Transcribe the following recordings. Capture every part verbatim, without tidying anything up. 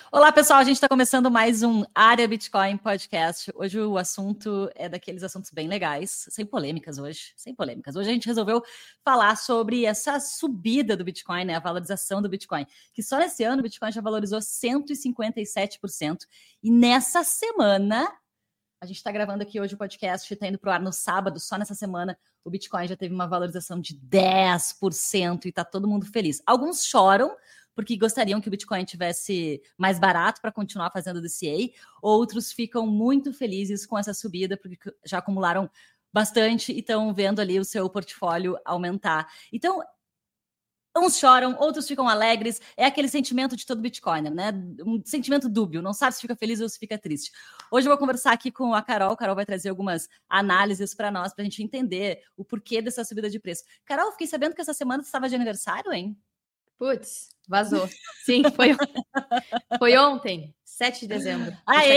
Olá, pessoal, a gente está começando mais um Área Bitcoin Podcast. Hoje o assunto é daqueles assuntos bem legais, sem polêmicas hoje, sem polêmicas. Hoje a gente resolveu falar sobre essa subida do Bitcoin, né, a valorização do Bitcoin, que só nesse ano o Bitcoin já valorizou cento e cinquenta e sete por cento. E nessa semana, a gente está gravando aqui hoje o podcast, está indo para o ar no sábado, só nessa semana o Bitcoin já teve uma valorização de dez por cento e está todo mundo feliz. Alguns choram, porque gostariam que o Bitcoin tivesse mais barato para continuar fazendo D C A. Outros ficam muito felizes com essa subida, porque já acumularam bastante e estão vendo ali o seu portfólio aumentar. Então, uns choram, outros ficam alegres. É aquele sentimento de todo Bitcoiner, né? Um sentimento dúbio, não sabe se fica feliz ou se fica triste. Hoje eu vou conversar aqui com a Carol. A Carol vai trazer algumas análises para nós, para a gente entender o porquê dessa subida de preço. Carol, fiquei sabendo que essa semana você estava de aniversário, hein? Putz, vazou. Sim, foi, foi ontem, sete de dezembro.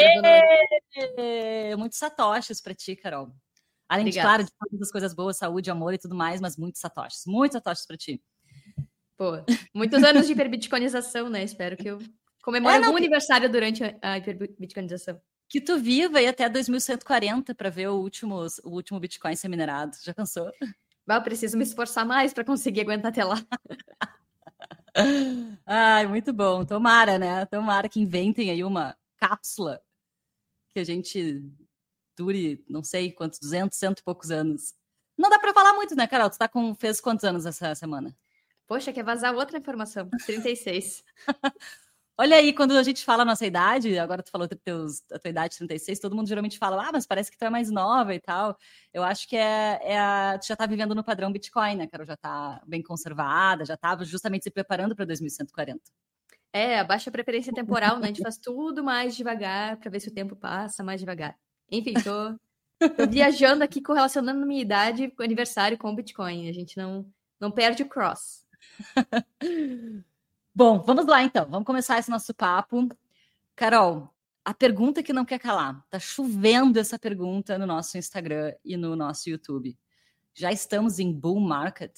Aê! Muitos satoshis para ti, Carol. Além Obrigada. de, claro, de todas as coisas boas, saúde, amor e tudo mais, mas muitos satoshis. Muitos satoshis para ti. Pô, muitos anos de hiperbitcoinização, né? Espero que eu comemore é, algum que... aniversário durante a hiperbitcoinização. Que tu viva aí até dois mil cento e quarenta para ver o último, o último Bitcoin ser minerado. Já pensou? Bah, eu preciso me esforçar mais para conseguir aguentar até lá. Ai, muito bom. Tomara, né? Tomara que inventem aí uma cápsula que a gente dure, não sei quantos, duzentos, cento e poucos anos. Não dá para falar muito, né, Carol? Tu tá com, fez quantos anos essa semana? Poxa, quer vazar outra informação. trinta e seis. Olha aí, quando a gente fala a nossa idade, agora tu falou teus, a tua idade, trinta e seis, todo mundo geralmente fala, ah, mas parece que tu é mais nova e tal. Eu acho que é, é a, tu já tá vivendo no padrão Bitcoin, né, Carol? Já tá bem conservada, já tava justamente se preparando para dois mil cento e quarenta. É, a baixa preferência temporal, né? A gente faz tudo mais devagar para ver se o tempo passa mais devagar. Enfim, tô, tô viajando aqui, correlacionando minha idade com aniversário com o Bitcoin. A gente não, não perde o cross. Bom, vamos lá então, vamos começar esse nosso papo. Carol, a pergunta que não quer calar, tá chovendo essa pergunta no nosso Instagram e no nosso YouTube. Já estamos em bull market?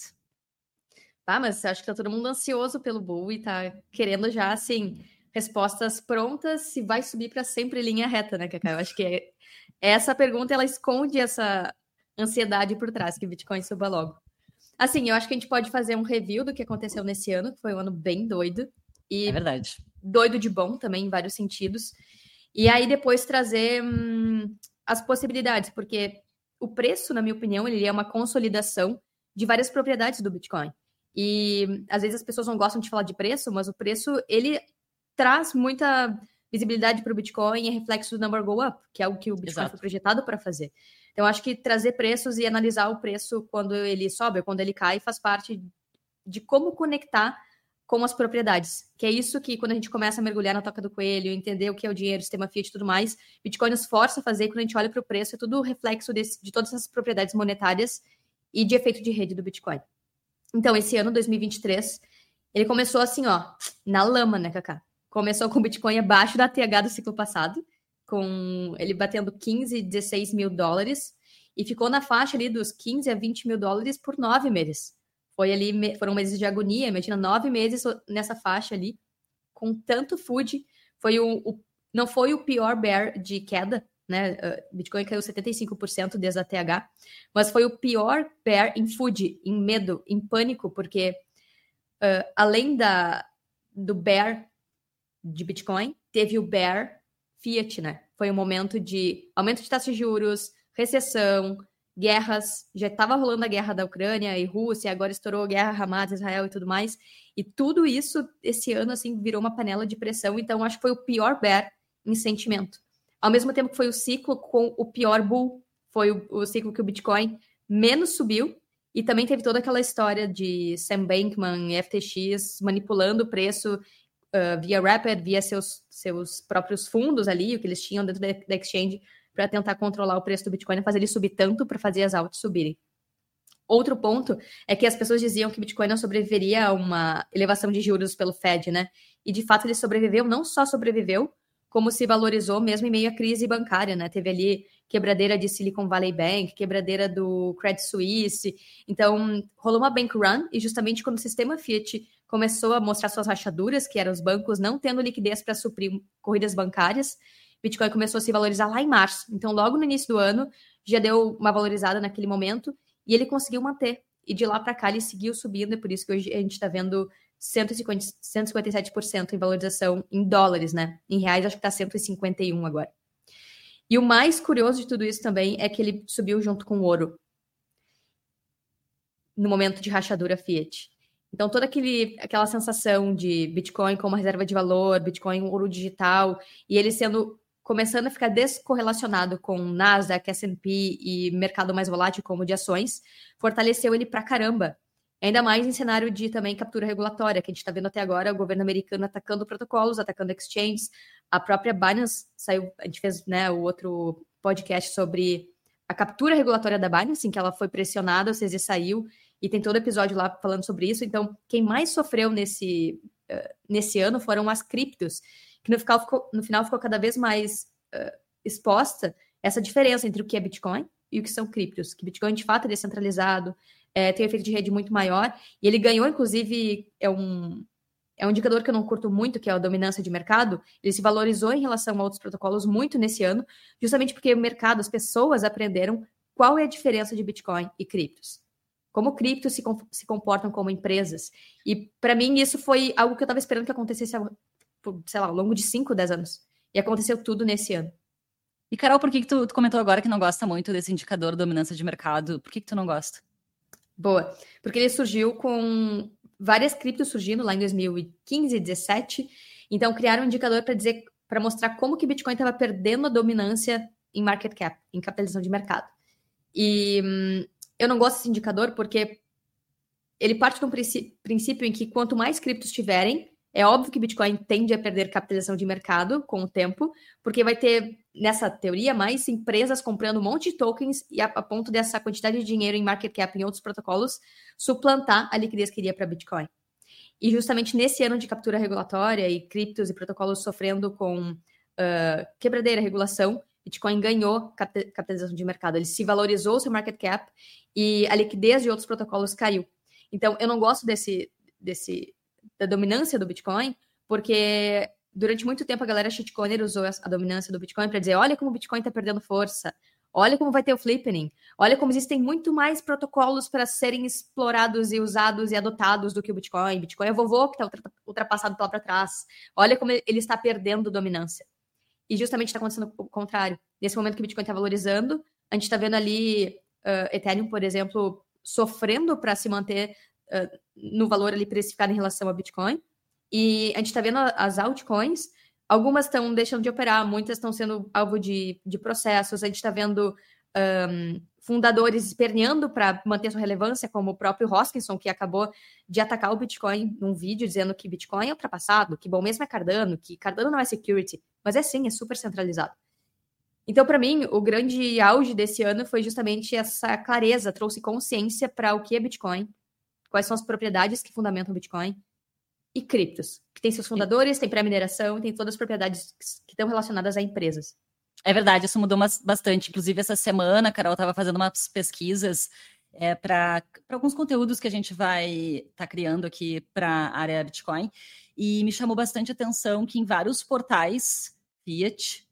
Ah, mas acho que tá todo mundo ansioso pelo bull e tá querendo já, assim, respostas prontas se vai subir para sempre linha reta, né, Cacá? Eu acho que é, essa pergunta, ela esconde essa ansiedade por trás, que o Bitcoin suba logo. Assim, eu acho que a gente pode fazer um review do que aconteceu nesse ano, que foi um ano bem doido. E é verdade. Doido de bom também, em vários sentidos. E aí depois trazer hum, as possibilidades, porque o preço, na minha opinião, ele é uma consolidação de várias propriedades do Bitcoin. E às vezes as pessoas não gostam de falar de preço, mas o preço, ele traz muita visibilidade para o Bitcoin e é reflexo do number go up, que é o que o Bitcoin Exato. Foi projetado para fazer. Então, acho que trazer preços e analisar o preço quando ele sobe ou quando ele cai faz parte de como conectar com as propriedades. Que é isso que, quando a gente começa a mergulhar na toca do coelho, entender o que é o dinheiro, o sistema fiat e tudo mais, Bitcoin nos força a fazer, e quando a gente olha para o preço, é tudo reflexo desse, de todas essas propriedades monetárias e de efeito de rede do Bitcoin. Então, esse ano, dois mil e vinte e três, ele começou assim, ó, na lama, né, Cacá? Começou com o Bitcoin abaixo da T H do ciclo passado, com ele batendo quinze, dezesseis mil dólares, e ficou na faixa ali dos quinze a vinte mil dólares por nove meses. Foi ali, foram meses de agonia, imagina, nove meses nessa faixa ali, com tanto food. Foi o, o, não foi o pior bear de queda, né? Uh, Bitcoin caiu setenta e cinco por cento desde a T H, mas foi o pior bear em food, em medo, em pânico, porque uh, além da, do bear de Bitcoin, teve o bear fiat, né? Foi um momento de aumento de taxa de juros, recessão, guerras, já estava rolando a guerra da Ucrânia e Rússia, agora estourou a guerra Hamas, Israel e tudo mais, e tudo isso, esse ano, assim, virou uma panela de pressão, então acho que foi o pior bear em sentimento. Ao mesmo tempo que foi o ciclo com o pior bull, foi o, o ciclo que o Bitcoin menos subiu, e também teve toda aquela história de Sam Bankman e F T X manipulando o preço uh, via Rapid, via seus, seus próprios fundos ali, o que eles tinham dentro da, da exchange, para tentar controlar o preço do Bitcoin e fazer ele subir tanto para fazer as altas subirem. Outro ponto é que as pessoas diziam que o Bitcoin não sobreviveria a uma elevação de juros pelo Fed, né? E, de fato, ele sobreviveu, não só sobreviveu, como se valorizou mesmo em meio à crise bancária, né? Teve ali quebradeira de Silicon Valley Bank, quebradeira do Credit Suisse. Então, rolou uma bank run, e justamente quando o sistema Fiat começou a mostrar suas rachaduras, que eram os bancos não tendo liquidez para suprir corridas bancárias, Bitcoin começou a se valorizar lá em março. Então, logo no início do ano, já deu uma valorizada naquele momento, e ele conseguiu manter. E de lá para cá ele seguiu subindo, é por isso que hoje a gente está vendo cento e cinquenta, cento e cinquenta e sete por cento em valorização em dólares, né? Em reais, acho que está cento e cinquenta e um agora. E o mais curioso de tudo isso também é que ele subiu junto com o ouro no momento de rachadura Fiat. Então, toda aquele, aquela sensação de Bitcoin como reserva de valor, Bitcoin ouro digital, e ele sendo começando a ficar descorrelacionado com Nasdaq, S and P e mercado mais volátil como de ações, fortaleceu ele pra caramba. Ainda mais em cenário de também captura regulatória, que a gente está vendo até agora o governo americano atacando protocolos, atacando exchanges. A própria Binance saiu, a gente fez, né, o outro podcast sobre a captura regulatória da Binance, em que ela foi pressionada, o C Z saiu, e tem todo episódio lá falando sobre isso. Então, quem mais sofreu nesse, uh, nesse ano foram as criptos, que no final ficou, no final ficou cada vez mais uh, exposta essa diferença entre o que é Bitcoin e o que são criptos. Que Bitcoin, de fato, é descentralizado, é, tem um efeito de rede muito maior, e ele ganhou, inclusive, é um, é um indicador que eu não curto muito, que é a dominância de mercado. Ele se valorizou em relação a outros protocolos muito nesse ano, justamente porque o mercado, as pessoas aprenderam qual é a diferença de Bitcoin e criptos. Como criptos se, se comportam como empresas. E, para mim, isso foi algo que eu estava esperando que acontecesse, por, sei lá, ao longo de cinco, dez anos. E aconteceu tudo nesse ano. E, Carol, por que, que tu, tu comentou agora que não gosta muito desse indicador dominância de mercado? Por que, que tu não gosta? Boa. Porque ele surgiu com várias criptos surgindo lá em dois mil e quinze, dezessete. Então, criaram um indicador para dizer, para mostrar como que Bitcoin estava perdendo a dominância em market cap, em capitalização de mercado. E hum, eu não gosto desse indicador porque ele parte de um princípio em que quanto mais criptos tiverem, é óbvio que Bitcoin tende a perder capitalização de mercado com o tempo, porque vai ter, nessa teoria, mais empresas comprando um monte de tokens e a, a ponto dessa quantidade de dinheiro em market cap em outros protocolos suplantar a liquidez que iria para Bitcoin. E justamente nesse ano de captura regulatória e criptos e protocolos sofrendo com uh, quebradeira, regulação, Bitcoin ganhou capitalização de mercado. Ele se valorizou o seu market cap e a liquidez de outros protocolos caiu. Então, eu não gosto desse... desse da dominância do Bitcoin, porque durante muito tempo a galera shitcoiner usou a dominância do Bitcoin para dizer, olha como o Bitcoin está perdendo força, olha como vai ter o flipping, olha como existem muito mais protocolos para serem explorados e usados e adotados do que o Bitcoin. Bitcoin é o vovô que está ultrapassado lá para trás. Olha como ele está perdendo dominância. E justamente está acontecendo o contrário. Nesse momento que o Bitcoin está valorizando, a gente está vendo ali uh, Ethereum, por exemplo, sofrendo para se manter Uh, no valor ali precificado em relação ao Bitcoin. E a gente está vendo as altcoins, algumas estão deixando de operar, muitas estão sendo alvo de, de processos. A gente está vendo um, fundadores esperneando para manter sua relevância, como o próprio Hoskinson, que acabou de atacar o Bitcoin num vídeo dizendo que Bitcoin é ultrapassado, que bom mesmo é Cardano, que Cardano não é security, mas é sim, é super centralizado. Então, para mim, o grande auge desse ano foi justamente essa clareza, trouxe consciência para o que é Bitcoin, quais são as propriedades que fundamentam o Bitcoin e criptos, que tem seus fundadores, tem pré-mineração, tem todas as propriedades que estão relacionadas a empresas. É verdade, isso mudou bastante. Inclusive, essa semana, a Carol estava fazendo umas pesquisas é, para alguns conteúdos que a gente vai estar tá criando aqui para a área Bitcoin, e me chamou bastante atenção que em vários portais Fiat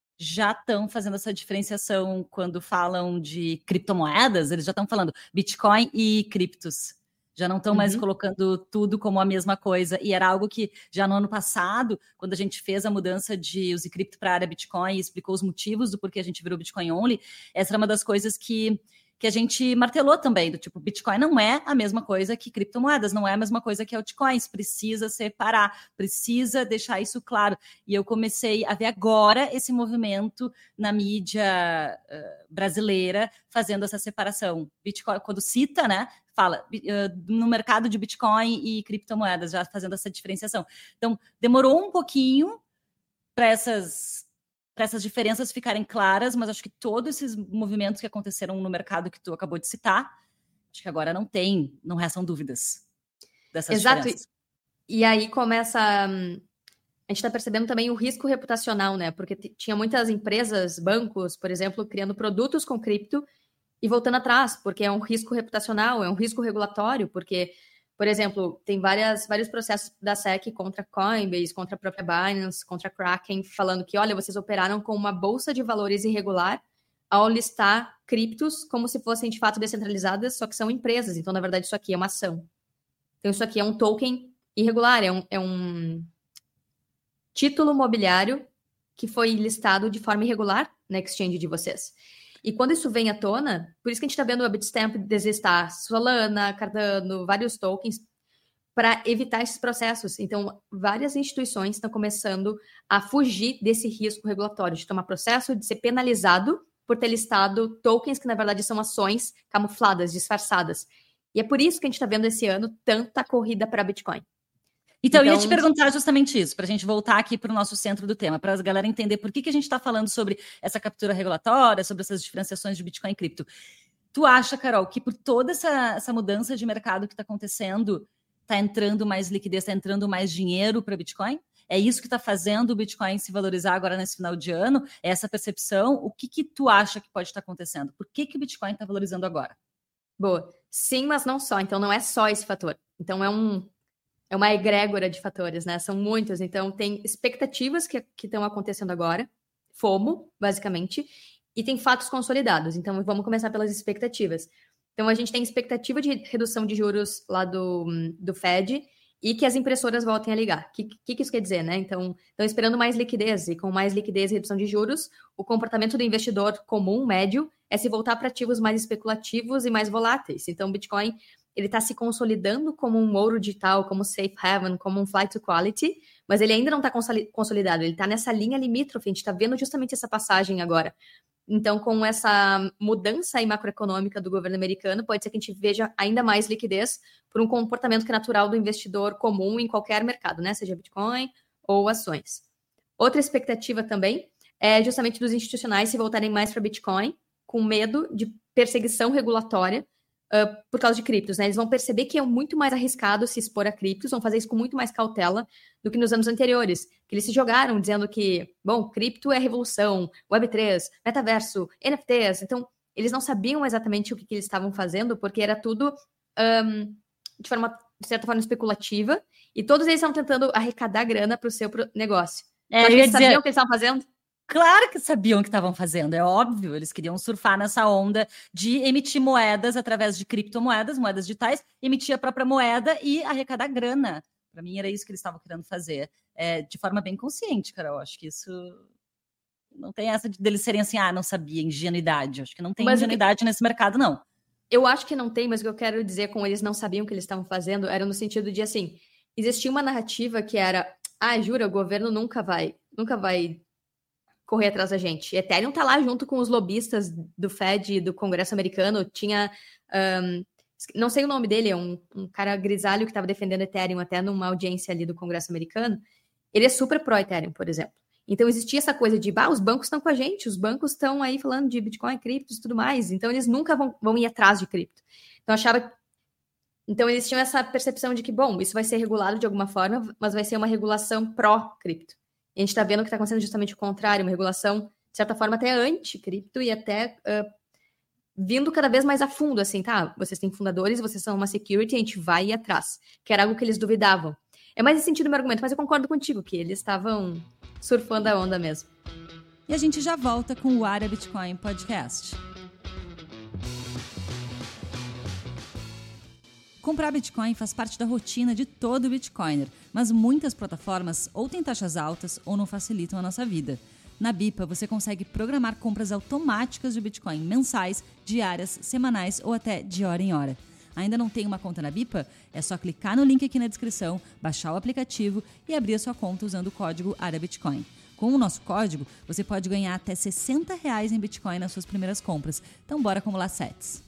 já estão fazendo essa diferenciação quando falam de criptomoedas, eles já estão falando Bitcoin e criptos. Já não estão mais uhum. colocando tudo como a mesma coisa. E era algo que já no ano passado, quando a gente fez a mudança de use cripto para a área Bitcoin e explicou os motivos do porquê a gente virou Bitcoin only, essa era uma das coisas que, que a gente martelou também, do tipo, Bitcoin não é a mesma coisa que criptomoedas, não é a mesma coisa que altcoins, precisa separar, precisa deixar isso claro. E eu comecei a ver agora esse movimento na mídia uh, brasileira fazendo essa separação. Bitcoin, quando cita, né, fala uh, no mercado de Bitcoin e criptomoedas, já fazendo essa diferenciação. Então, demorou um pouquinho para essas... para essas diferenças ficarem claras, mas acho que todos esses movimentos que aconteceram no mercado que tu acabou de citar, acho que agora não tem, não restam dúvidas dessas Exato. diferenças. E aí começa... a gente está percebendo também o risco reputacional, né? Porque t- tinha muitas empresas, bancos, por exemplo, criando produtos com cripto e voltando atrás, porque é um risco reputacional, é um risco regulatório, porque, por exemplo, tem várias, vários processos da S E C contra Coinbase, contra a própria Binance, contra a Kraken, falando que, olha, vocês operaram com uma bolsa de valores irregular ao listar criptos como se fossem, de fato, descentralizadas, só que são empresas. Então, na verdade, isso aqui é uma ação. Então, isso aqui é um token irregular, é um, é um título mobiliário que foi listado de forma irregular na exchange de vocês. E quando isso vem à tona, por isso que a gente está vendo a Bitstamp deslistar Solana, Cardano, vários tokens, para evitar esses processos. Então, várias instituições estão começando a fugir desse risco regulatório, de tomar processo, de ser penalizado por ter listado tokens que, na verdade, são ações camufladas, disfarçadas. E é por isso que a gente está vendo esse ano tanta corrida para Bitcoin. Então, Então, eu ia te perguntar justamente isso, para a gente voltar aqui para o nosso centro do tema, para a galera entender por que, que a gente está falando sobre essa captura regulatória, sobre essas diferenciações de Bitcoin e cripto. Tu acha, Carol, que por toda essa, essa mudança de mercado que está acontecendo, está entrando mais liquidez, está entrando mais dinheiro para Bitcoin? É isso que está fazendo o Bitcoin se valorizar agora nesse final de ano? É essa percepção? O que, que tu acha que pode estar acontecendo? Por que, que o Bitcoin está valorizando agora? Boa. Sim, mas não só. Então, não é só esse fator. Então, é um... É uma egrégora de fatores, né? São muitos. Então, tem expectativas que estão acontecendo agora, FOMO, basicamente, e tem fatos consolidados. Então, vamos começar pelas expectativas. Então, a gente tem expectativa de redução de juros lá do, do Fed e que as impressoras voltem a ligar. O que, que, que isso quer dizer, né? Então, estão esperando mais liquidez, e com mais liquidez e redução de juros, o comportamento do investidor comum, médio, é se voltar para ativos mais especulativos e mais voláteis. Então, o Bitcoin ele está se consolidando como um ouro digital, como safe haven, como um flight to quality, mas ele ainda não está consolidado, ele está nessa linha limítrofe, a gente está vendo justamente essa passagem agora. Então, com essa mudança aí macroeconômica do governo americano, pode ser que a gente veja ainda mais liquidez por um comportamento que é natural do investidor comum em qualquer mercado, né? Seja Bitcoin ou ações. Outra expectativa também é justamente dos institucionais se voltarem mais para Bitcoin, com medo de perseguição regulatória, Uh, por causa de criptos, né? Eles vão perceber que é muito mais arriscado se expor a criptos, vão fazer isso com muito mais cautela do que nos anos anteriores, que eles se jogaram dizendo que, bom, cripto é revolução, web três, metaverso, N F Ts, então eles não sabiam exatamente o que, que eles estavam fazendo, porque era tudo um, de forma, de certa forma, especulativa, e todos eles estavam tentando arrecadar grana para o seu negócio. É, então, eu ia eles sabiam dizer... o que eles estavam fazendo? Claro que sabiam o que estavam fazendo, é óbvio, eles queriam surfar nessa onda de emitir moedas através de criptomoedas, moedas digitais, emitir a própria moeda e arrecadar grana. Para mim era isso que eles estavam querendo fazer, é, de forma bem consciente, cara. Eu acho que isso não tem essa de deles serem assim, ah, não sabia, ingenuidade. Eu acho que não tem mas ingenuidade que... nesse mercado, não. Eu acho que não tem, mas o que eu quero dizer com eles não sabiam o que eles estavam fazendo era no sentido de, assim, existia uma narrativa que era, ah, jura, o governo nunca vai, nunca vai correr atrás da gente. Ethereum tá lá junto com os lobistas do Fed e do Congresso americano. Tinha, um, não sei o nome dele, é um, um cara grisalho que estava defendendo Ethereum até numa audiência ali do Congresso americano. Ele é super pró-Ethereum, por exemplo. Então existia essa coisa de, bah, os bancos estão com a gente, os bancos estão aí falando de Bitcoin, criptos e tudo mais. Então eles nunca vão, vão ir atrás de cripto. Então achava... Então eles tinham essa percepção de que, bom, isso vai ser regulado de alguma forma, mas vai ser uma regulação pró-cripto. E a gente está vendo que está acontecendo justamente o contrário, uma regulação, de certa forma, até anti-cripto e até uh, vindo cada vez mais a fundo, assim, tá? Vocês têm fundadores, vocês são uma security, a gente vai ir atrás. Que era algo que eles duvidavam. É mais esse sentido do meu argumento, mas eu concordo contigo, que eles estavam surfando a onda mesmo. E a gente já volta com o Área Bitcoin Podcast. Comprar Bitcoin faz parte da rotina de todo Bitcoiner, mas muitas plataformas ou têm taxas altas ou não facilitam a nossa vida. Na Bipa, você consegue programar compras automáticas de Bitcoin mensais, diárias, semanais ou até de hora em hora. Ainda não tem uma conta na Bipa? É só clicar no link aqui na descrição, baixar o aplicativo e abrir a sua conta usando o código AreaBitcoin. Com o nosso código, você pode ganhar até sessenta reais em Bitcoin nas suas primeiras compras. Então bora acumular sats.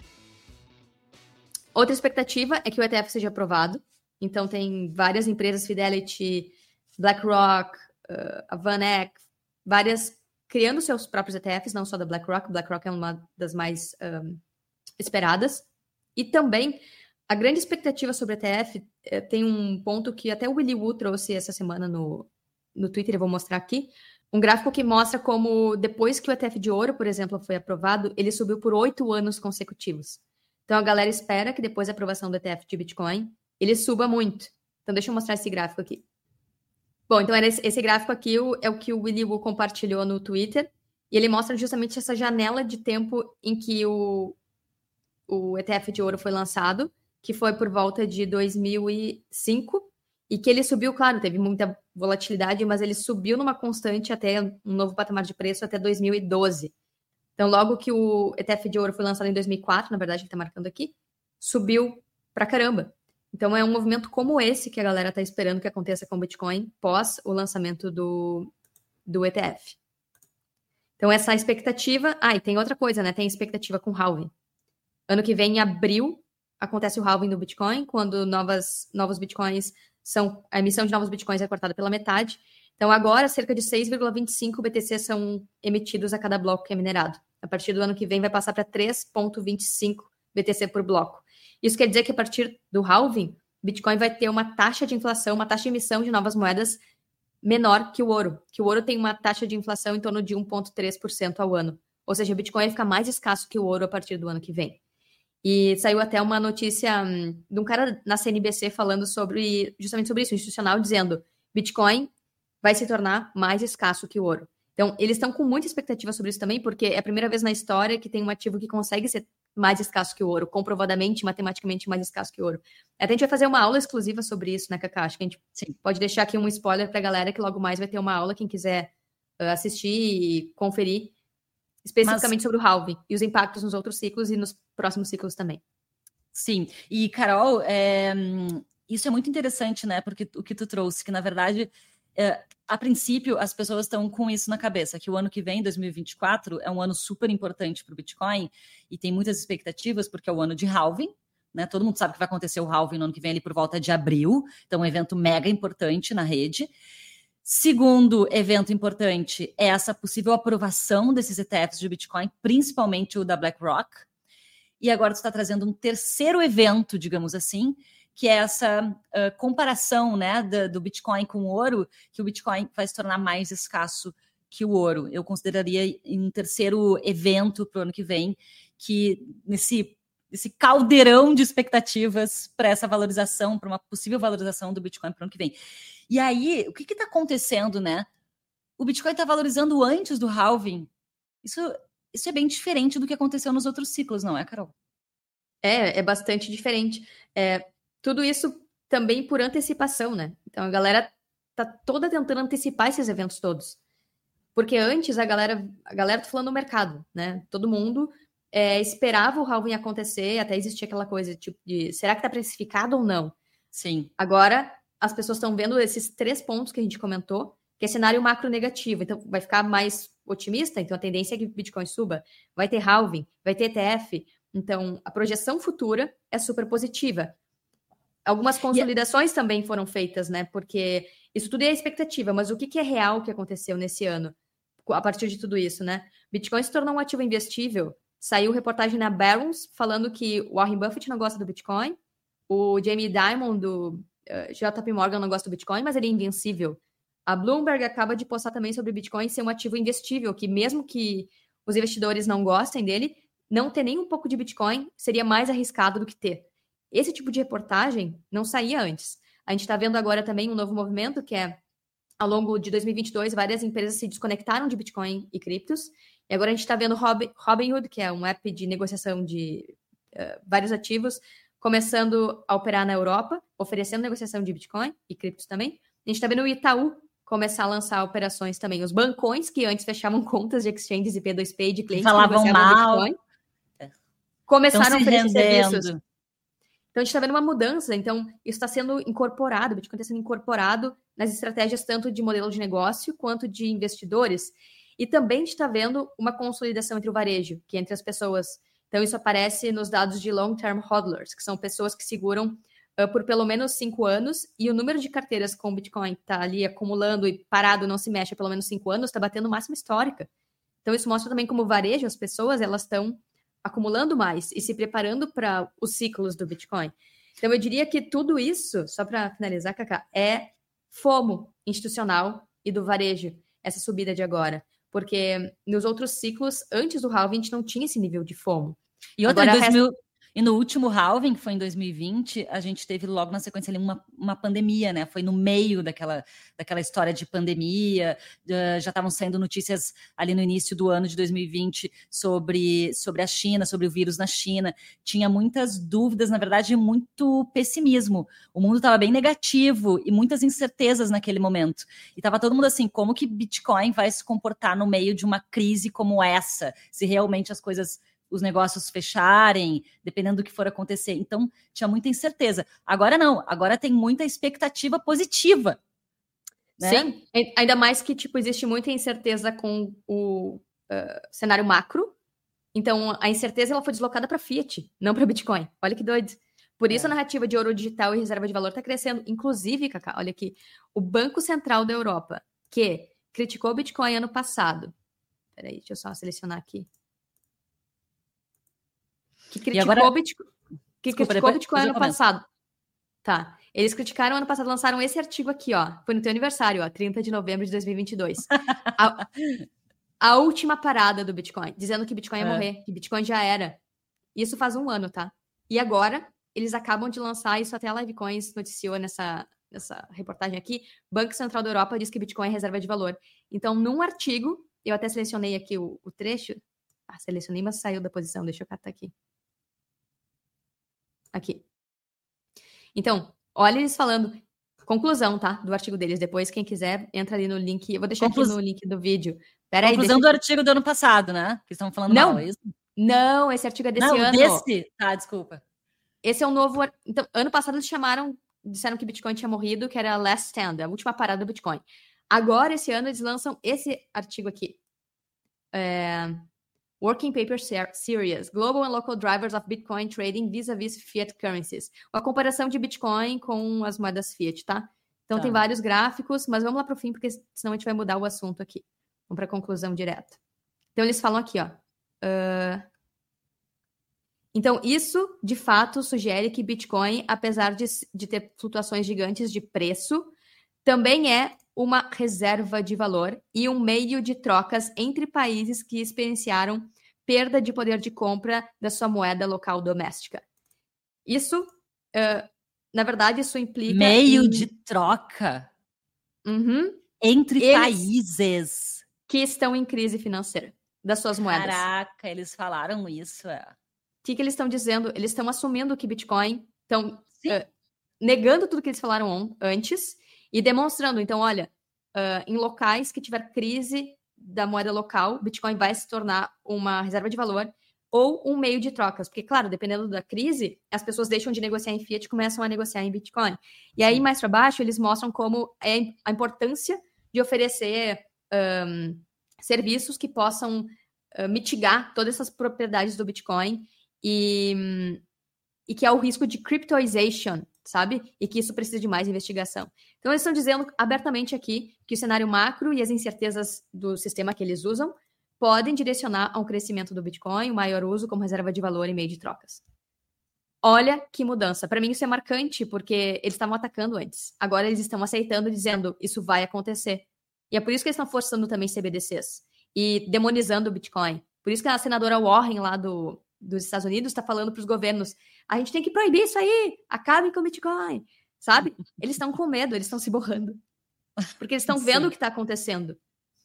Outra expectativa é que o E T F seja aprovado. Então, tem várias empresas, Fidelity, BlackRock, uh, a VanEck, várias criando seus próprios E T Fs, não só da BlackRock. BlackRock é uma das mais um, esperadas. E também, a grande expectativa sobre E T F eh, tem um ponto que até o Willy Woo trouxe essa semana no, no Twitter, eu vou mostrar aqui, um gráfico que mostra como depois que o E T F de ouro, por exemplo, foi aprovado, ele subiu por oito anos consecutivos. Então a galera espera que depois da aprovação do E T F de Bitcoin, ele suba muito. Então deixa eu mostrar esse gráfico aqui. Bom, então era esse, esse gráfico aqui é o que o Willy Woo compartilhou no Twitter, e ele mostra justamente essa janela de tempo em que o, o E T F de ouro foi lançado, que foi por volta de dois mil e cinco, e que ele subiu, claro, teve muita volatilidade, mas ele subiu numa constante até um novo patamar de preço até dois mil e doze. Então, logo que o E T F de ouro foi lançado em dois mil e quatro, na verdade, que está marcando aqui, subiu pra caramba. Então, é um movimento como esse que a galera está esperando que aconteça com o Bitcoin pós o lançamento do, do E T F. Então, essa expectativa... Ah, e tem outra coisa, né? Tem expectativa com o halving. Ano que vem, em abril, acontece o halving do Bitcoin, quando novas, novos Bitcoins são... A emissão de novos Bitcoins é cortada pela metade. Então, agora, cerca de seis vírgula vinte e cinco B T C são emitidos a cada bloco que é minerado. A partir do ano que vem, vai passar para três vírgula vinte e cinco B T C por bloco. Isso quer dizer que, a partir do halving, Bitcoin vai ter uma taxa de inflação, uma taxa de emissão de novas moedas menor que o ouro. Que o ouro tem uma taxa de inflação em torno de um vírgula três por cento ao ano. Ou seja, o Bitcoin vai ficar mais escasso que o ouro a partir do ano que vem. E saiu até uma notícia hum, de um cara na C N B C falando sobre justamente sobre isso, institucional, dizendo Bitcoin vai se tornar mais escasso que o ouro. Então, eles estão com muita expectativa sobre isso também, porque é a primeira vez na história que tem um ativo que consegue ser mais escasso que o ouro, comprovadamente, matematicamente mais escasso que o ouro. Até a gente vai fazer uma aula exclusiva sobre isso, né, Cacá? Acho que a gente Sim. pode deixar aqui um spoiler para a galera que logo mais vai ter uma aula, quem quiser uh, assistir e conferir, especificamente Mas... sobre o halving e os impactos nos outros ciclos e nos próximos ciclos também. Sim, e Carol, é... isso é muito interessante, né, porque o que tu trouxe, que na verdade... É, a princípio, as pessoas estão com isso na cabeça, que o ano que vem, dois mil e vinte e quatro, é um ano super importante para o Bitcoin e tem muitas expectativas, porque é o ano de halving, né? Todo mundo sabe que vai acontecer o halving no ano que vem, ali por volta de abril, então um evento mega importante na rede. Segundo evento importante é essa possível aprovação desses E T Fs de Bitcoin, principalmente o da BlackRock. E agora tu está trazendo um terceiro evento, digamos assim, que é essa uh, comparação, né, do, do Bitcoin com o ouro, que o Bitcoin vai se tornar mais escasso que o ouro. Eu consideraria um terceiro evento para o ano que vem, que nesse, nesse caldeirão de expectativas para essa valorização, para uma possível valorização do Bitcoin para o ano que vem. E aí, o que está acontecendo, né? O Bitcoin está valorizando antes do halving. Isso, isso é bem diferente do que aconteceu nos outros ciclos, não é, Carol? É, é bastante diferente. É... Tudo isso também por antecipação, né? Então a galera tá toda tentando antecipar esses eventos todos. Porque antes a galera, a galera tá falando no mercado, né? Todo mundo é, esperava o halving acontecer, até existia aquela coisa tipo de, será que tá precificado ou não? Sim. Agora as pessoas estão vendo esses três pontos que a gente comentou, que é cenário macro negativo. Então vai ficar mais otimista, então a tendência é que o Bitcoin suba. Vai ter halving, vai ter E T F. Então a projeção futura é super positiva. Algumas consolidações yeah. também foram feitas, né? Porque isso tudo é expectativa, mas o que, que é real que aconteceu nesse ano, a partir de tudo isso, né? Bitcoin se tornou um ativo investível. Saiu reportagem na Barron's falando que o Warren Buffett não gosta do Bitcoin, o Jamie Dimon do uh, J P Morgan não gosta do Bitcoin, mas ele é invencível. A Bloomberg acaba de postar também sobre o Bitcoin ser um ativo investível, que mesmo que os investidores não gostem dele, não ter nem um pouco de Bitcoin seria mais arriscado do que ter. Esse tipo de reportagem não saía antes. A gente está vendo agora também um novo movimento, que é, ao longo de dois mil e vinte e dois, várias empresas se desconectaram de Bitcoin e criptos. E agora a gente está vendo Robin, Robinhood, que é um app de negociação de uh, vários ativos, começando a operar na Europa, oferecendo negociação de Bitcoin e criptos também. A gente está vendo o Itaú começar a lançar operações também. Os bancões, que antes fechavam contas de exchanges e P dois P de clientes falavam que mal. Bitcoin, começaram a oferecer rendendo. serviços. Então, a gente está vendo uma mudança. Então, isso está sendo incorporado, o Bitcoin está sendo incorporado nas estratégias tanto de modelo de negócio quanto de investidores. E também a gente está vendo uma consolidação entre o varejo, que é entre as pessoas. Então, isso aparece nos dados de long-term hodlers, que são pessoas que seguram uh, por pelo menos cinco anos, e o número de carteiras com Bitcoin está ali acumulando e parado, não se mexe há pelo menos cinco anos, está batendo máxima histórica. Então, isso mostra também como o varejo, as pessoas, elas estão acumulando mais e se preparando para os ciclos do Bitcoin. Então, eu diria que tudo isso, só para finalizar, Cacá, é FOMO institucional e do varejo, essa subida de agora. Porque nos outros ciclos, antes do halving, a gente não tinha esse nível de FOMO. E outra, agora, em dois mil... resta... E no último halving, que foi em dois mil e vinte, a gente teve logo na sequência ali uma, uma pandemia, né? Foi no meio daquela, daquela história de pandemia, uh, já estavam saindo notícias ali no início do ano de dois mil e vinte sobre, sobre a China, sobre o vírus na China. Tinha muitas dúvidas, na verdade, muito pessimismo. O mundo estava bem negativo e muitas incertezas naquele momento. E estava todo mundo assim, como que Bitcoin vai se comportar no meio de uma crise como essa? Se realmente as coisas... os negócios fecharem, dependendo do que for acontecer. Então, tinha muita incerteza. Agora não, agora tem muita expectativa positiva. Né? Sim, ainda mais que, tipo, existe muita incerteza com o uh, cenário macro. Então, a incerteza ela foi deslocada para Fiat, não para Bitcoin. Olha que doido. Por isso, é. a narrativa de ouro digital e reserva de valor está crescendo. Inclusive, Cacá, olha aqui, o Banco Central da Europa, que criticou o Bitcoin ano passado. Peraí, deixa eu só selecionar aqui. Que criticou, agora... Bitcoin, que Desculpa, criticou o Bitcoin ano passado. Tá. Eles criticaram ano passado, lançaram esse artigo aqui, ó. Foi no teu aniversário, ó, trinta de novembro de dois mil e vinte e dois. a, a última parada do Bitcoin, dizendo que Bitcoin ia é. morrer, que Bitcoin já era. Isso faz um ano, tá? E agora, eles acabam de lançar, isso até a Livecoins noticiou nessa, nessa reportagem aqui, Banco Central da Europa diz que Bitcoin é reserva de valor. Então, num artigo, eu até selecionei aqui o, o trecho. Ah, selecionei, mas saiu da posição. Deixa eu catar aqui. Aqui. Então, olha eles falando, conclusão, tá? Do artigo deles. Depois, quem quiser, entra ali no link. Eu vou deixar Conclus... aqui no link do vídeo. Pera conclusão aí, do eu... artigo do ano passado, né? Que estão falando não, mal, é isso? Não, esse artigo é desse não, ano. desse? Tá, desculpa. Esse é um novo... Então, ano passado eles chamaram, disseram que Bitcoin tinha morrido, que era a last stand, a última parada do Bitcoin. Agora, esse ano, eles lançam esse artigo aqui. É... Working Paper Series, Global and Local Drivers of Bitcoin Trading vis-a-vis Fiat Currencies. Uma comparação de Bitcoin com as moedas Fiat, tá? Então, tá. Tem vários gráficos, mas vamos lá para o fim, porque senão a gente vai mudar o assunto aqui. Vamos para a conclusão direta. Então, eles falam aqui, ó. Uh... Então, isso, de fato, sugere que Bitcoin, apesar de, de ter flutuações gigantes de preço, também é uma reserva de valor e um meio de trocas entre países que experienciaram perda de poder de compra da sua moeda local doméstica. Isso, uh, na verdade, isso implica... Meio em... de troca uhum. entre Eles países que estão em crise financeira das suas moedas. Caraca, eles falaram isso, é. O que, que eles estão dizendo? Eles estão assumindo que Bitcoin, estão uh, negando tudo que eles falaram on, antes e demonstrando, então, olha, uh, em locais que tiver crise da moeda local, Bitcoin vai se tornar uma reserva de valor ou um meio de trocas. Porque, claro, dependendo da crise, as pessoas deixam de negociar em Fiat e começam a negociar em Bitcoin. E aí, mais para baixo, eles mostram como é a importância de oferecer um, serviços que possam uh, mitigar todas essas propriedades do Bitcoin e, e que há o risco de cryptoization, sabe? E que isso precisa de mais investigação. Então, eles estão dizendo abertamente aqui que o cenário macro e as incertezas do sistema que eles usam podem direcionar a um crescimento do Bitcoin, um maior uso como reserva de valor e meio de trocas. Olha que mudança. Para mim, isso é marcante, porque eles estavam atacando antes. Agora, eles estão aceitando, dizendo isso vai acontecer. E é por isso que eles estão forçando também C B D Cs e demonizando o Bitcoin. Por isso que a senadora Warren, lá do, dos Estados Unidos, está falando para os governos, a gente tem que proibir isso aí, acabem com o Bitcoin, sabe? Eles estão com medo, eles estão se borrando, porque eles estão vendo o que está acontecendo.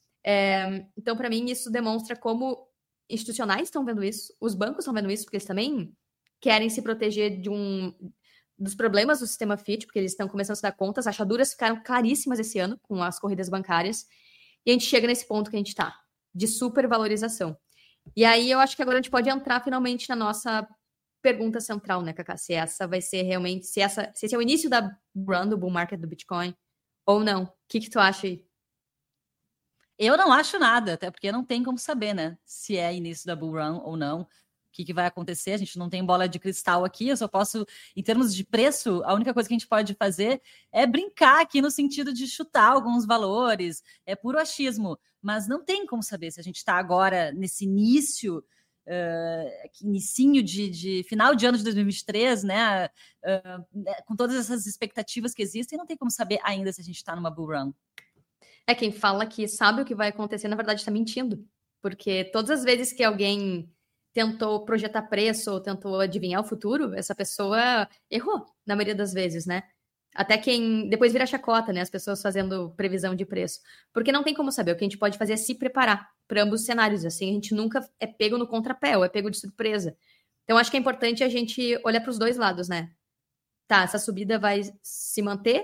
É, então, para mim, isso demonstra como institucionais estão vendo isso, os bancos estão vendo isso, porque eles também querem se proteger de um, dos problemas do sistema Fiat, porque eles estão começando a se dar conta, as rachaduras ficaram claríssimas esse ano com as corridas bancárias, e a gente chega nesse ponto que a gente está, de supervalorização. E aí, eu acho que agora a gente pode entrar finalmente na nossa pergunta central, né, Cacá? Se essa vai ser realmente, se, essa, se esse é o início da run do bull market do Bitcoin ou não. O que, que tu acha aí? Eu não acho nada, até porque não tem como saber, né? Se é início da bull run ou não. O que, que vai acontecer? A gente não tem bola de cristal aqui, eu só posso, em termos de preço, a única coisa que a gente pode fazer é brincar aqui no sentido de chutar alguns valores, é puro achismo, mas não tem como saber se a gente está agora nesse início, uh, inicinho de, de final de ano de dois mil e vinte e três, né? Uh, com todas essas expectativas que existem, não tem como saber ainda se a gente está numa bull run. É, quem fala que sabe o que vai acontecer, na verdade, está mentindo. Porque todas as vezes que alguém tentou projetar preço ou tentou adivinhar o futuro, essa pessoa errou, na maioria das vezes, né? Até quem depois vira chacota, né? As pessoas fazendo previsão de preço. Porque não tem como saber. O que a gente pode fazer é se preparar para ambos os cenários. Assim, a gente nunca é pego no contrapé ou é pego de surpresa. Então, acho que é importante a gente olhar para os dois lados, né? Tá, essa subida vai se manter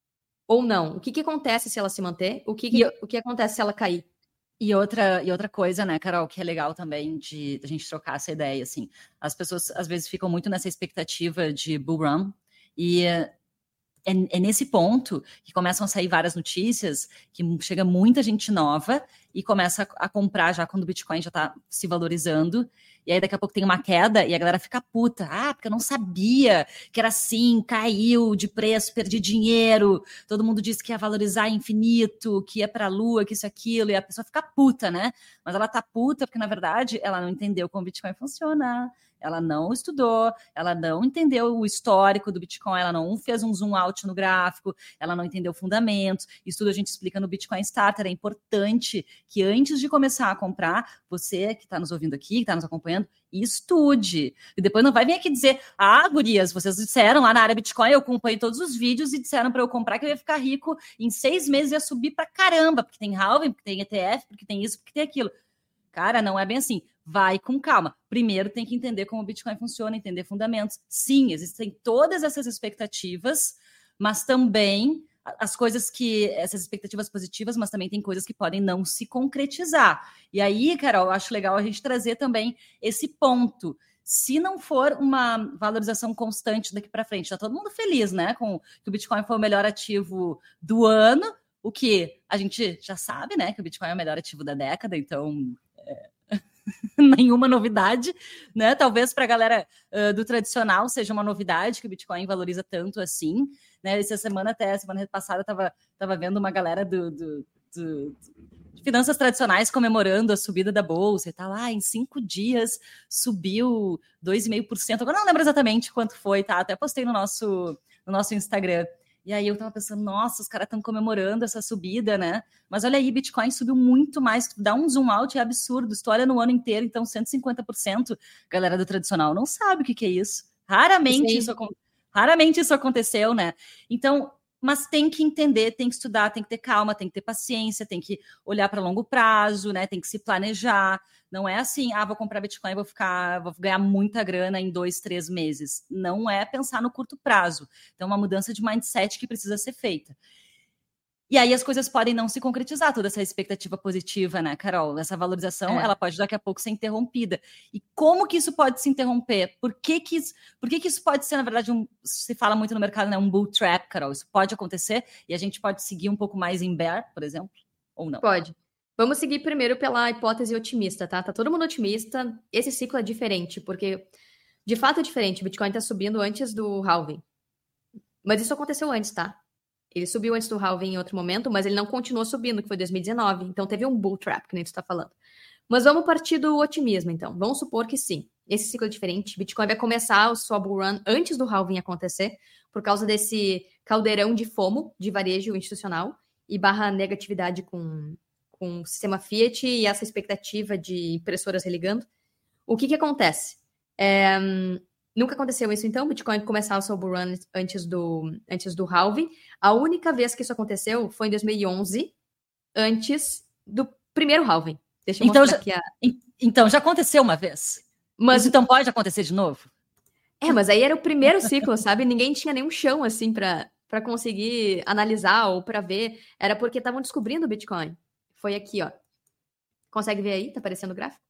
ou não? O que, que acontece se ela se manter? O que, que, E eu- o que acontece se ela cair? E outra, e outra coisa, né, Carol, que é legal também de, de a gente trocar essa ideia, assim. As pessoas, às vezes, ficam muito nessa expectativa de bull run, e é, é nesse ponto que começam a sair várias notícias, que chega muita gente nova e começa a, a comprar já quando o Bitcoin já está se valorizando, e aí daqui a pouco tem uma queda e a galera fica puta. Ah, porque eu não sabia que era assim, caiu de preço, perdi dinheiro, todo mundo disse que ia valorizar infinito, que ia pra lua, que isso, aquilo, e a pessoa fica puta, né? Mas ela tá puta porque, na verdade, ela não entendeu como o Bitcoin funciona, ela não estudou, ela não entendeu o histórico do Bitcoin, ela não fez um zoom out no gráfico, ela não entendeu fundamentos. Isso tudo a gente explica no Bitcoin Starter. É importante que antes de começar a comprar, você que está nos ouvindo aqui, que está nos acompanhando, estude. E depois não vai vir aqui dizer, ah, gurias, vocês disseram lá na área Bitcoin, eu acompanhei todos os vídeos e disseram para eu comprar que eu ia ficar rico em seis meses, ia subir para caramba, porque tem halving, porque tem E T F, porque tem isso, porque tem aquilo. Cara, não é bem assim. Vai com calma. Primeiro tem que entender como o Bitcoin funciona, entender fundamentos. Sim, existem todas essas expectativas, mas também as coisas que... Essas expectativas positivas, mas também tem coisas que podem não se concretizar. E aí, Carol, eu acho legal a gente trazer também esse ponto. Se não for uma valorização constante daqui para frente, tá todo mundo feliz, né? Com que o Bitcoin foi o melhor ativo do ano, o que a gente já sabe, né? Que o Bitcoin é o melhor ativo da década, então... É... nenhuma novidade, né? Talvez para a galera uh, do tradicional seja uma novidade que o Bitcoin valoriza tanto assim, né? Essa semana até, semana passada, eu tava, tava vendo uma galera do, do, do, de finanças tradicionais comemorando a subida da bolsa e tal. Ah, em cinco dias subiu dois vírgula cinco por cento. Agora não lembro exatamente quanto foi, tá? Até postei no nosso, no nosso Instagram. E aí eu tava pensando, nossa, os caras estão comemorando essa subida, né? Mas olha aí, Bitcoin subiu muito mais. Dá um zoom out, é absurdo. Se tu olha no ano inteiro, então cento e cinquenta por cento, galera do tradicional não sabe o que, que é isso. Raramente isso, raramente isso aconteceu, né? Então, mas tem que entender, tem que estudar, tem que ter calma, tem que ter paciência, tem que olhar para longo prazo, né? Tem que se planejar. Não é assim, ah, vou comprar Bitcoin, vou ficar, vou ganhar muita grana em dois, três meses. Não é pensar no curto prazo. Então, uma mudança de mindset que precisa ser feita. E aí as coisas podem não se concretizar, toda essa expectativa positiva, né, Carol? Essa valorização, é. ela pode daqui a pouco ser interrompida. E como que isso pode se interromper? Por que que isso, por que que isso pode ser, na verdade, um, se fala muito no mercado, né, um bull trap, Carol? Isso pode acontecer e a gente pode seguir um pouco mais em bear, por exemplo, ou não? Pode. Vamos seguir primeiro pela hipótese otimista, tá? Tá todo mundo otimista. Esse ciclo é diferente, porque, de fato, é diferente. O Bitcoin tá subindo antes do halving. Mas isso aconteceu antes, tá? Ele subiu antes do halving em outro momento, mas ele não continuou subindo, que foi dois mil e dezenove. Então, teve um bull trap, que nem tu tá falando. Mas vamos partir do otimismo, então. Vamos supor que sim. Esse ciclo é diferente. Bitcoin vai começar o sua bull run antes do halving acontecer, por causa desse caldeirão de FOMO, de varejo institucional, e barra negatividade com... com o sistema Fiat e essa expectativa de impressoras religando. O que que acontece? É, nunca aconteceu isso, então, o Bitcoin começar o seu bull run antes do, antes do halving. A única vez que isso aconteceu foi em dois mil e onze, antes do primeiro halving. Deixa eu então, mostrar já, aqui a... Então, já aconteceu uma vez? Mas isso então pode acontecer de novo? É, mas aí era o primeiro ciclo, sabe? Ninguém tinha nenhum chão, assim, para para conseguir analisar ou para ver. Era porque estavam descobrindo o Bitcoin. Foi aqui, ó. Consegue ver aí? Tá aparecendo o gráfico?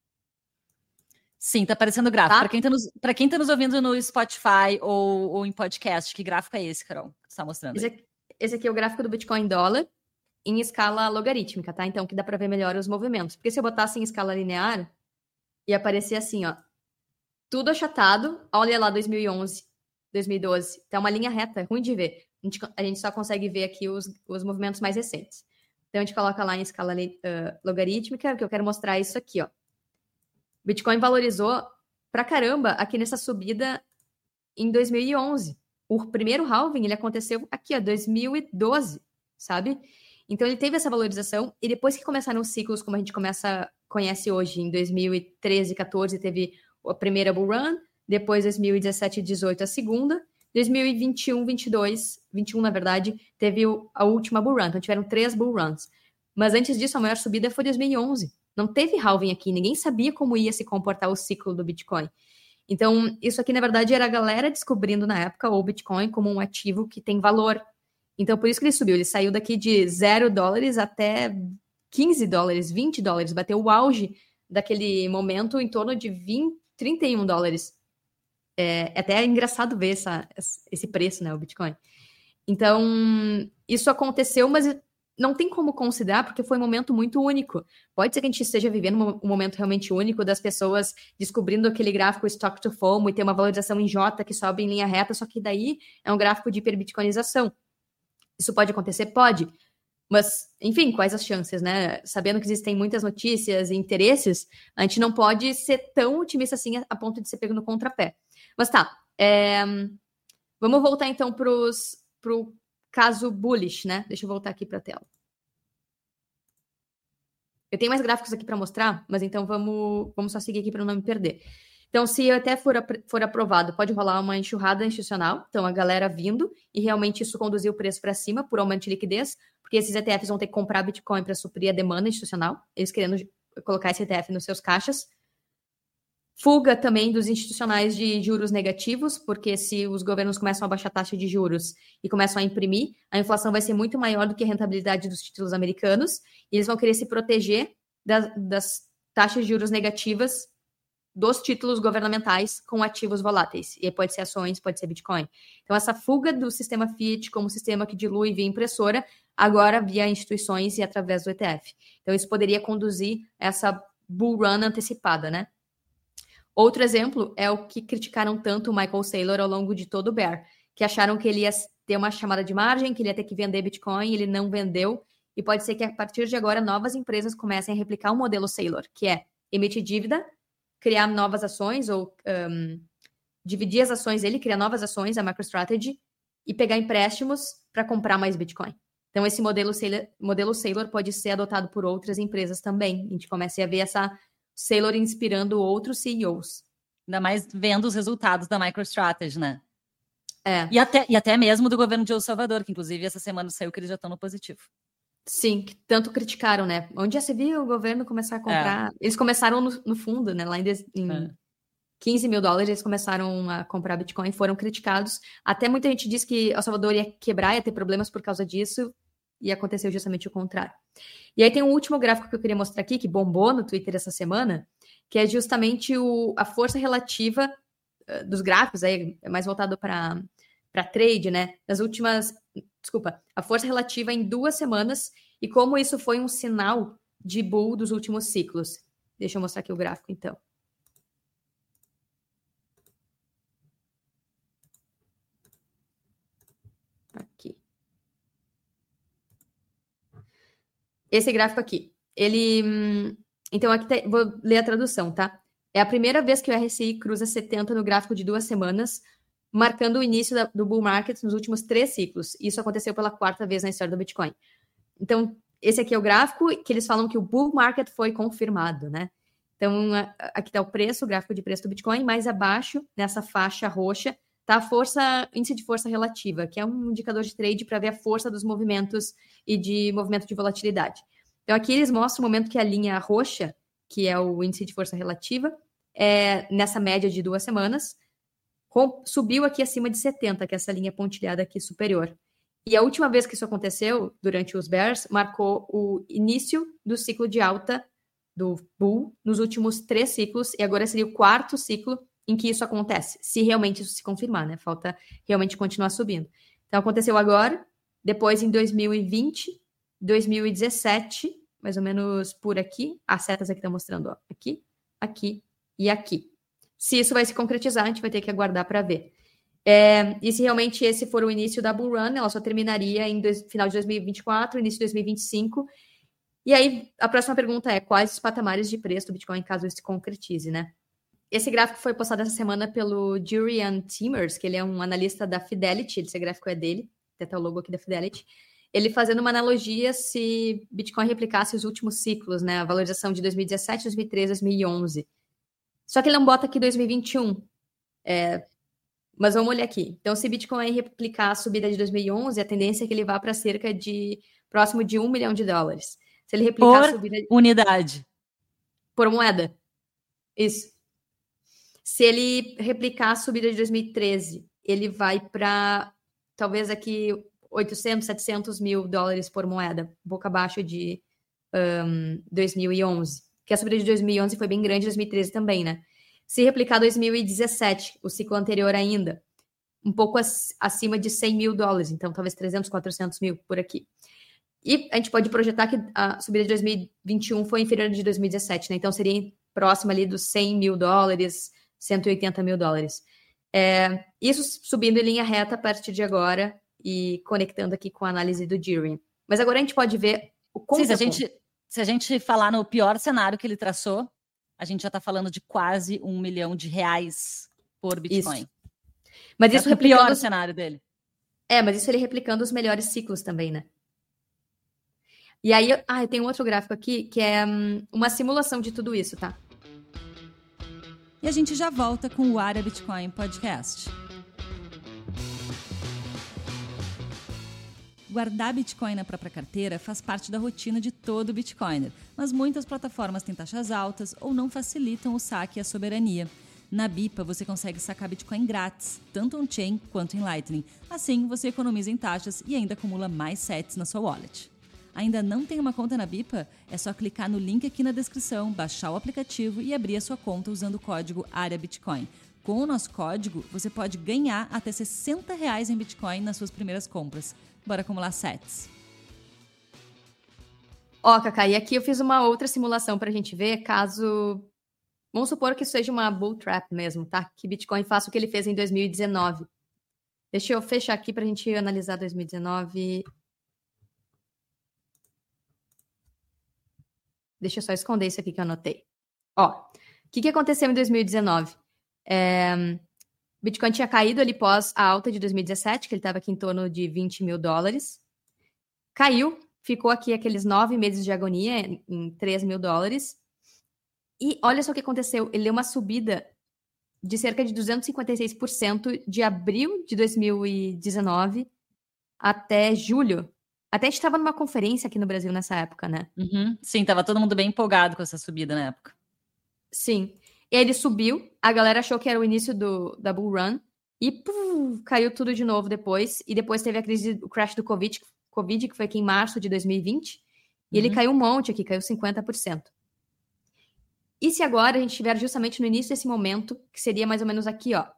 Sim, tá aparecendo o gráfico. Tá? Para quem, tá nos, pra quem tá nos ouvindo no Spotify ou, ou em podcast, que gráfico é esse, Carol? Que você tá mostrando? Esse aqui, esse aqui é o gráfico do Bitcoin dólar em escala logarítmica, tá? Então, que dá para ver melhor os movimentos. Porque se eu botasse em escala linear, ia aparecer assim, ó. Tudo achatado. Olha lá, dois mil e onze, dois mil e doze. Tá uma linha reta, é ruim de ver. A gente, a gente só consegue ver aqui os, os movimentos mais recentes. Então, a gente coloca lá em escala uh, logarítmica, que eu quero mostrar isso aqui, ó. Bitcoin valorizou pra caramba aqui nessa subida em dois mil e onze. O primeiro halving, ele aconteceu aqui, ó, dois mil e doze, sabe? Então, ele teve essa valorização, e depois que começaram os ciclos, como a gente começa, conhece hoje, em dois mil e treze, quatorze, teve a primeira bull run, depois dois mil e dezessete e dezoito a segunda, dois mil e vinte e um, vinte e dois, vinte e um, na verdade, teve a última bull run. Então, tiveram três bull runs. Mas antes disso, a maior subida foi dois mil e onze. Não teve halving aqui, ninguém sabia como ia se comportar o ciclo do Bitcoin. Então, isso aqui, na verdade, era a galera descobrindo na época o Bitcoin como um ativo que tem valor. Então, por isso que ele subiu. Ele saiu daqui de zero dólares até quinze dólares, vinte dólares. Bateu o auge daquele momento em torno de vinte, trinta e um dólares. É até engraçado ver essa, esse preço, né, o Bitcoin. Então, isso aconteceu, mas não tem como considerar, porque foi um momento muito único. Pode ser que a gente esteja vivendo um momento realmente único das pessoas descobrindo aquele gráfico stock to FOMO e ter uma valorização em J que sobe em linha reta, só que daí é um gráfico de hiperbitcoinização. Isso pode acontecer? Pode. Mas, enfim, quais as chances, né? Sabendo que existem muitas notícias e interesses, a gente não pode ser tão otimista assim a ponto de ser pego no contrapé. Mas tá, é... vamos voltar então para o caso bullish, né? Deixa eu voltar aqui para a tela. Eu tenho mais gráficos aqui para mostrar, mas então vamos, vamos só seguir aqui para não me perder. Então, se até for, for aprovado, pode rolar uma enxurrada institucional, então a galera vindo, e realmente isso conduzir o preço para cima por aumento de liquidez, porque esses E T Fs vão ter que comprar Bitcoin para suprir a demanda institucional, eles querendo colocar esse E T F nos seus caixas. Fuga também dos institucionais de juros negativos, porque se os governos começam a baixar a taxa de juros e começam a imprimir, a inflação vai ser muito maior do que a rentabilidade dos títulos americanos, e eles vão querer se proteger das, das taxas de juros negativas dos títulos governamentais com ativos voláteis. E aí pode ser ações, pode ser Bitcoin. Então, essa fuga do sistema fiat como sistema que dilui via impressora, agora via instituições e através do E T F. Então, isso poderia conduzir essa bull run antecipada, né? Outro exemplo é o que criticaram tanto o Michael Saylor ao longo de todo o bear, que acharam que ele ia ter uma chamada de margem, que ele ia ter que vender Bitcoin, ele não vendeu, e pode ser que a partir de agora novas empresas comecem a replicar o modelo Saylor, que é emitir dívida, criar novas ações ou um, dividir as ações dele, criar novas ações, a MicroStrategy, e pegar empréstimos para comprar mais Bitcoin. Então, esse modelo Saylor, modelo Saylor pode ser adotado por outras empresas também. A gente começa a ver essa Saylor inspirando outros C E Os. Ainda mais vendo os resultados da MicroStrategy, né? É. E até, e até mesmo do governo de El Salvador, que inclusive essa semana saiu que eles já estão no positivo. Sim, que tanto criticaram, né? Onde já se viu o governo começar a comprar... É. Eles começaram no, no fundo, né? Lá em, em é. quinze mil dólares, eles começaram a comprar Bitcoin, foram criticados. Até muita gente disse que El Salvador ia quebrar, ia ter problemas por causa disso, e aconteceu justamente o contrário. E aí tem um último gráfico que eu queria mostrar aqui, que bombou no Twitter essa semana, que é justamente o, a força relativa uh, dos gráficos, aí é mais voltado para trade, né? Nas últimas... Desculpa, a força relativa em duas semanas e como isso foi um sinal de bull dos últimos ciclos. Deixa eu mostrar aqui o gráfico, então. Aqui. Esse gráfico aqui. Ele... Então, aqui tá... vou ler a tradução, tá? É a primeira vez que o R S I cruza setenta no gráfico de duas semanas, marcando o início da, do bull market nos últimos três ciclos. Isso aconteceu pela quarta vez na história do Bitcoin. Então, esse aqui é o gráfico que eles falam que o bull market foi confirmado, né? Então, aqui está o preço, o gráfico de preço do Bitcoin. Mais abaixo, nessa faixa roxa, está a força, índice de força relativa, que é um indicador de trade para ver a força dos movimentos e de movimento de volatilidade. Então, aqui eles mostram o momento que a linha roxa, que é o índice de força relativa, é nessa média de duas semanas, subiu aqui acima de setenta, que é essa linha pontilhada aqui superior. E a última vez que isso aconteceu, durante os bears, marcou o início do ciclo de alta do bull nos últimos três ciclos, e agora seria o quarto ciclo em que isso acontece, se realmente isso se confirmar, né? Falta realmente continuar subindo. Então, aconteceu agora, depois em dois mil e vinte, dois mil e dezessete, mais ou menos por aqui, as setas aqui estão mostrando, ó, aqui, aqui e aqui. Se isso vai se concretizar, a gente vai ter que aguardar para ver. É, e se realmente esse for o início da bull run, ela só terminaria em dois, final de dois mil e vinte e quatro, início de dois mil e vinte e cinco. E aí, a próxima pergunta é quais os patamares de preço do Bitcoin caso isso se concretize, né? Esse gráfico foi postado essa semana pelo Jurian Timmers, que ele é um analista da Fidelity, esse gráfico é dele, tem até o logo aqui da Fidelity. ele fazendo uma analogia se Bitcoin replicasse os últimos ciclos, né? A valorização de dois mil e dezessete, dois mil e treze, dois mil e onze. Só que ele não bota aqui dois mil e vinte e um. É, mas vamos olhar aqui. Então, se Bitcoin replicar a subida de dois mil e onze, a tendência é que ele vá para cerca de próximo de um milhão de dólares. Se ele replicar por a subida... unidade. Por moeda. Isso. Se ele replicar a subida de dois mil e treze, ele vai para talvez aqui oitocentos, setecentos mil dólares por moeda, um pouco abaixo de um, dois mil e onze. Que a subida de dois mil e onze foi bem grande, dois mil e treze também, né? Se replicar dois mil e dezessete, o ciclo anterior ainda, um pouco acima de cem mil dólares, então talvez trezentos, quatrocentos mil por aqui. E a gente pode projetar que a subida de dois mil e vinte e um foi inferior de dois mil e dezessete, né? Então seria próxima ali dos cem mil dólares, cento e oitenta mil dólares. É, isso subindo em linha reta a partir de agora e conectando aqui com a análise do Deering. Mas agora a gente pode ver o contra. Sim, se a gente, se a gente falar no pior cenário que ele traçou, a gente já está falando de quase um milhão de reais por Bitcoin. Isso. Mas é isso o replicando... pior cenário dele. É, mas isso ele replicando os melhores ciclos também, né? E aí, ah, eu tenho outro gráfico aqui que é hum, uma simulação de tudo isso, tá? E a gente já volta com o Área Bitcoin Podcast. Guardar Bitcoin na própria carteira faz parte da rotina de todo Bitcoiner, mas muitas plataformas têm taxas altas ou não facilitam o saque e a soberania. Na Bipa, você consegue sacar Bitcoin grátis, tanto on-chain quanto em Lightning. Assim, você economiza em taxas e ainda acumula mais sats na sua wallet. Ainda não tem uma conta na Bipa? É só clicar no link aqui na descrição, baixar o aplicativo e abrir a sua conta usando o código AreaBitcoin. Com o nosso código, você pode ganhar até sessenta reais em Bitcoin nas suas primeiras compras. Bora acumular sats. Ó, Cacá, e aqui eu fiz uma outra simulação para a gente ver caso... Vamos supor que isso seja uma bull trap mesmo, tá? Que Bitcoin faça o que ele fez em dois mil e dezenove. Deixa eu fechar aqui para a gente analisar dois mil e dezenove... Deixa eu só esconder isso aqui que eu anotei. Ó, o que, que aconteceu em dois mil e dezenove? É, Bitcoin tinha caído ali pós a alta de dois mil e dezessete, que ele estava aqui em torno de vinte mil dólares. Caiu, ficou aqui aqueles nove meses de agonia em três mil dólares. E olha só o que aconteceu. Ele deu uma subida de cerca de duzentos e cinquenta e seis por cento de abril de dois mil e dezenove até julho. Até a gente estava numa conferência aqui no Brasil nessa época, né? Uhum. Sim, estava todo mundo bem empolgado com essa subida na época. Sim. E aí ele subiu, a galera achou que era o início do, da bull run e puf, caiu tudo de novo depois. E depois teve a crise, o crash do COVID, COVID que foi aqui em março de dois mil e vinte. E uhum. ele caiu um monte aqui, caiu cinquenta por cento. E se agora a gente estiver justamente no início desse momento, que seria mais ou menos aqui, ó.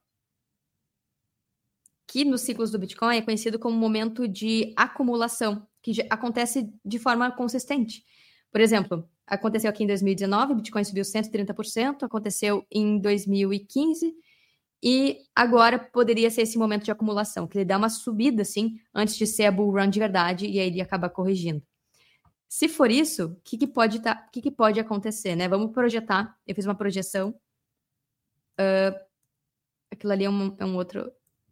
Que nos ciclos do Bitcoin é conhecido como momento de acumulação, que acontece de forma consistente. Por exemplo, aconteceu aqui em dois mil e dezenove, o Bitcoin subiu cento e trinta por cento, aconteceu em dois mil e quinze, e agora poderia ser esse momento de acumulação, que ele dá uma subida, assim, antes de ser a bull run de verdade, e aí ele acaba corrigindo. Se for isso, o que, que, pode tá, que, que pode acontecer, né? Vamos projetar, eu fiz uma projeção, uh, aquilo ali é um, é um outro...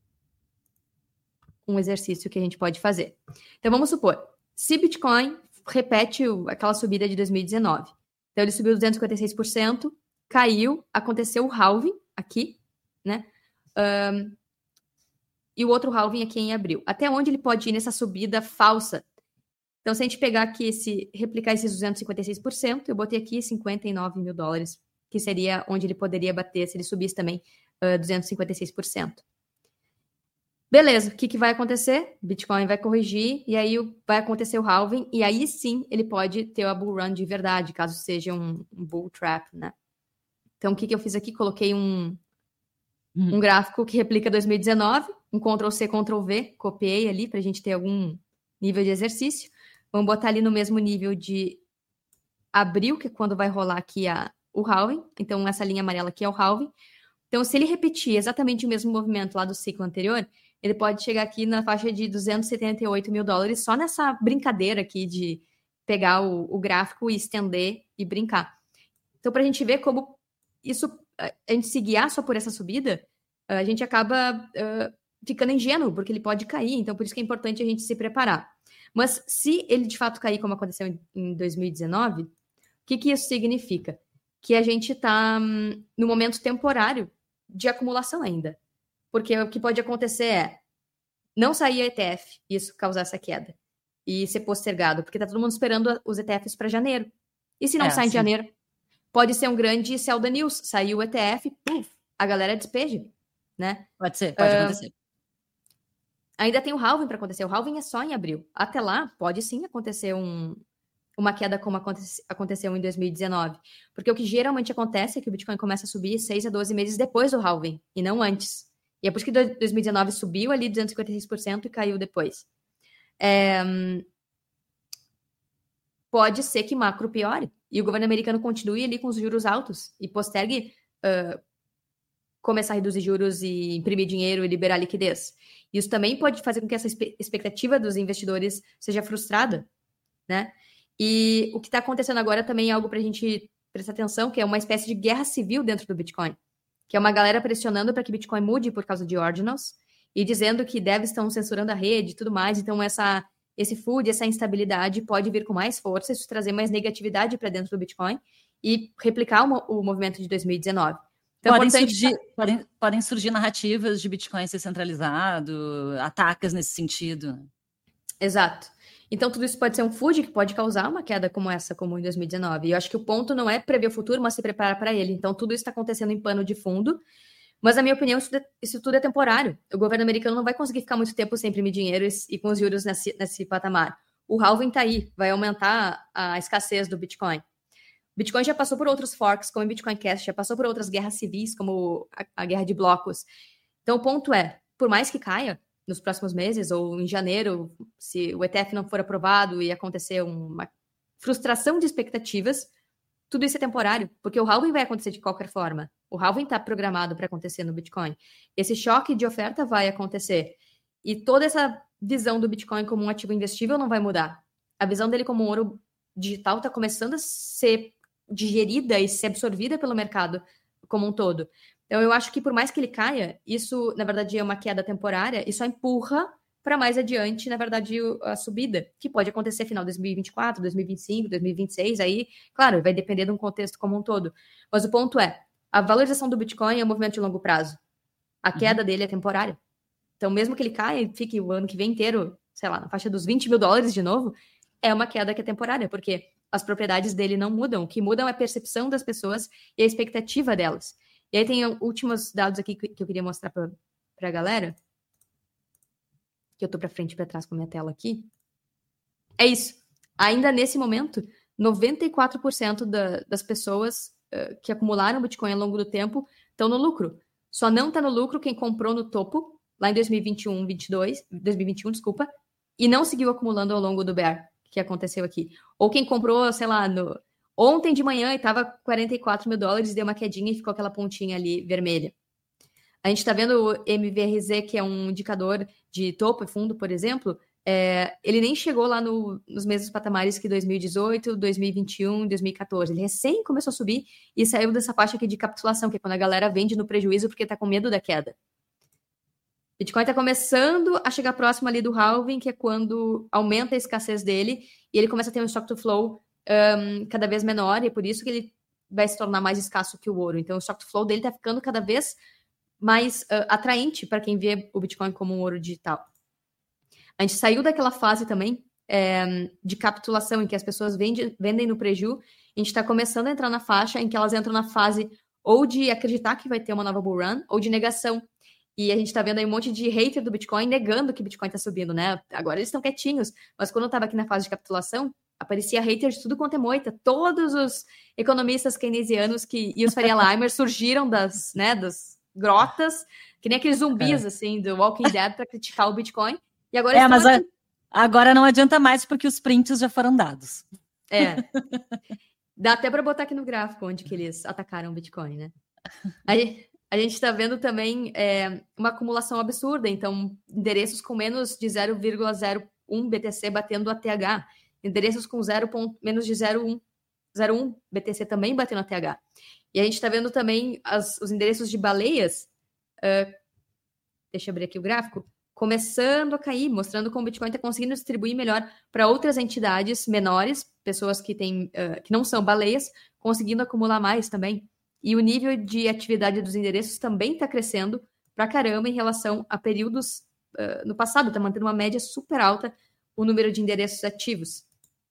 um exercício que a gente pode fazer. Então, vamos supor, se Bitcoin repete o, aquela subida de dois mil e dezenove, então ele subiu duzentos e cinquenta e seis por cento, caiu, aconteceu o halving aqui, né? Um, e o outro halving aqui em abril. Até onde ele pode ir nessa subida falsa? Então, se a gente pegar aqui, esse, replicar esses duzentos e cinquenta e seis por cento, eu botei aqui cinquenta e nove mil dólares, que seria onde ele poderia bater se ele subisse também uh, duzentos e cinquenta e seis por cento. Beleza, o que, que vai acontecer? Bitcoin vai corrigir e aí vai acontecer o halving e aí sim ele pode ter a bull run de verdade, caso seja um, um bull trap, né? Então, o que, que eu fiz aqui? Coloquei um, hum. um gráfico que replica dois mil e dezenove, um control C, control V, copiei ali para a gente ter algum nível de exercício. Vamos botar ali no mesmo nível de abril, que é quando vai rolar aqui a, o halving. Então, essa linha amarela aqui é o halving. Então, se ele repetir exatamente o mesmo movimento lá do ciclo anterior, ele pode chegar aqui na faixa de duzentos e setenta e oito mil dólares só nessa brincadeira aqui de pegar o, o gráfico e estender e brincar. Então, para a gente ver como isso, a gente se guiar só por essa subida, a gente acaba uh, ficando ingênuo, porque ele pode cair. Então, por isso que é importante a gente se preparar. Mas se ele de fato cair como aconteceu em, em dois mil e dezenove, o que, que isso significa? Que a gente está hum, no momento temporário de acumulação ainda. Porque o que pode acontecer é não sair a E T F, isso causar essa queda, e ser postergado, porque está todo mundo esperando os E T Fs para janeiro. E se não É, sai em sim. janeiro? Pode ser um grande sell the news. Saiu o E T F, puf, a galera despeja, né? Pode ser, pode Uh, acontecer. Ainda tem o halving para acontecer. O halving é só em abril. Até lá, pode sim acontecer um, uma queda como aconte, aconteceu em dois mil e dezenove. Porque o que geralmente acontece é que o Bitcoin começa a subir seis a doze meses depois do halving, e não antes. E é por isso que dois mil e dezenove subiu ali duzentos e cinquenta e seis por cento e caiu depois. É, pode ser que macro piore e o governo americano continue ali com os juros altos e postergue uh, começar a reduzir juros e imprimir dinheiro e liberar liquidez. Isso também pode fazer com que essa expectativa dos investidores seja frustrada, né? E o que está acontecendo agora também é algo para a gente prestar atenção, que é uma espécie de guerra civil dentro do Bitcoin, que é uma galera pressionando para que Bitcoin mude por causa de ordinals e dizendo que devs estão censurando a rede e tudo mais. Então, essa, esse food, essa instabilidade pode vir com mais força, isso trazer mais negatividade para dentro do Bitcoin e replicar o, o movimento de dois mil e dezenove. Então, podem, importante... surgir, podem, podem surgir narrativas de Bitcoin ser centralizado, ataques nesse sentido. Exato. Então, tudo isso pode ser um food que pode causar uma queda como essa, como em dois mil e dezenove. E eu acho que o ponto não é prever o futuro, mas se preparar para ele. Então, tudo isso está acontecendo em pano de fundo. Mas, na minha opinião, isso, isso tudo é temporário. O governo americano não vai conseguir ficar muito tempo sem imprimir dinheiro e, e com os juros nesse, nesse patamar. O halving está aí, vai aumentar a escassez do Bitcoin. O Bitcoin já passou por outros forks, como o Bitcoin Cash, já passou por outras guerras civis, como a, a guerra de blocos. Então, o ponto é, por mais que caia nos próximos meses, ou em janeiro, se o E T F não for aprovado e acontecer uma frustração de expectativas, tudo isso é temporário, porque o halving vai acontecer de qualquer forma. O halving está programado para acontecer no Bitcoin. Esse choque de oferta vai acontecer. E toda essa visão do Bitcoin como um ativo investível não vai mudar. A visão dele como um ouro digital está começando a ser digerida e ser absorvida pelo mercado como um todo. Então, eu acho que por mais que ele caia, isso, na verdade, é uma queda temporária e só empurra para mais adiante, na verdade, a subida, que pode acontecer final de dois mil e vinte e quatro, dois mil e vinte e cinco, dois mil e vinte e seis, aí, claro, vai depender de um contexto como um todo. Mas o ponto é, a valorização do Bitcoin é um movimento de longo prazo. A queda uhum. dele é temporária. Então, mesmo que ele caia e fique o ano que vem inteiro, sei lá, na faixa dos vinte mil dólares de novo, é uma queda que é temporária, porque as propriedades dele não mudam. O que mudam é a percepção das pessoas e a expectativa delas. E aí tem últimos dados aqui que eu queria mostrar para a galera. Que eu tô para frente e para trás com a minha tela aqui. É isso. Ainda nesse momento, noventa e quatro por cento da, das pessoas uh, que acumularam Bitcoin ao longo do tempo estão no lucro. Só não está no lucro quem comprou no topo, lá em dois mil e vinte e um, vinte e dois, dois mil e vinte e um, desculpa, e não seguiu acumulando ao longo do bear, que aconteceu aqui. Ou quem comprou, sei lá, no... ontem de manhã e estava quarenta e quatro mil dólares, deu uma quedinha e ficou aquela pontinha ali vermelha. A gente está vendo o M V R Z, que é um indicador de topo e fundo, por exemplo, é, ele nem chegou lá no, nos mesmos patamares que dois mil e dezoito, dois mil e vinte e um, dois mil e quatorze. Ele recém começou a subir e saiu dessa faixa aqui de capitulação, que é quando a galera vende no prejuízo porque está com medo da queda. Bitcoin está começando a chegar próximo ali do halving, que é quando aumenta a escassez dele e ele começa a ter um stock to flow um, cada vez menor, e é por isso que ele vai se tornar mais escasso que o ouro. Então, o stock to flow dele está ficando cada vez mais uh, atraente para quem vê o Bitcoin como um ouro digital. A gente saiu daquela fase também é, de capitulação, em que as pessoas vende, vendem no preju. A gente está começando a entrar na faixa em que elas entram na fase ou de acreditar que vai ter uma nova bull run, ou de negação. E a gente está vendo aí um monte de hater do Bitcoin negando que o Bitcoin está subindo, né? Agora eles estão quietinhos, mas quando eu estava aqui na fase de capitulação, aparecia hater de tudo quanto é moita. Todos os economistas keynesianos que, e os Faria Limer surgiram das, né, das grotas, que nem aqueles zumbis, é. assim, do Walking Dead para criticar o Bitcoin. E agora é, mas a, agora não adianta mais porque os prints já foram dados. É. Dá até para botar aqui no gráfico onde que eles atacaram o Bitcoin, né? Aí, a gente está vendo também é, uma acumulação absurda. Então, endereços com menos de zero vírgula zero um B T C batendo a T H. Endereços com zero, menos de zero vírgula zero um B T C também batendo a T H. E a gente está vendo também as, os endereços de baleias. Uh, deixa eu abrir aqui o gráfico. começando a cair, mostrando como o Bitcoin está conseguindo distribuir melhor para outras entidades menores, pessoas que, têm, uh, que não são baleias, conseguindo acumular mais também. E o nível de atividade dos endereços também está crescendo pra caramba em relação a períodos uh, no passado, está mantendo uma média super alta o número de endereços ativos.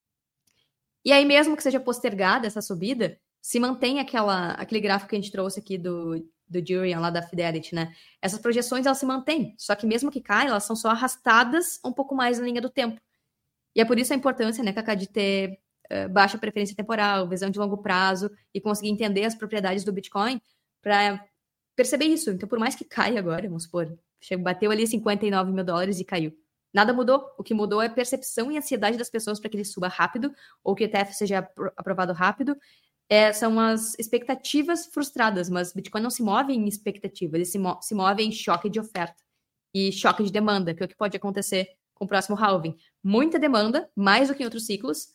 E aí, mesmo que seja postergada essa subida, se mantém aquela, aquele gráfico que a gente trouxe aqui do, do Jurian, lá da Fidelity, né? Essas projeções, elas se mantêm, só que mesmo que caia, elas são só arrastadas um pouco mais na linha do tempo. E é por isso a importância, né, Cacá, de ter uh, baixa preferência temporal, visão de longo prazo e conseguir entender as propriedades do Bitcoin para perceber isso. Então, por mais que caia agora, vamos supor, bateu ali cinquenta e nove mil dólares e caiu. Nada mudou. O que mudou é a percepção e ansiedade das pessoas para que ele suba rápido ou que o E T F seja aprovado rápido. É, são as expectativas frustradas, mas Bitcoin não se move em expectativa, ele se, mo se move em choque de oferta e choque de demanda, que é o que pode acontecer com o próximo halving. Muita demanda, mais do que em outros ciclos,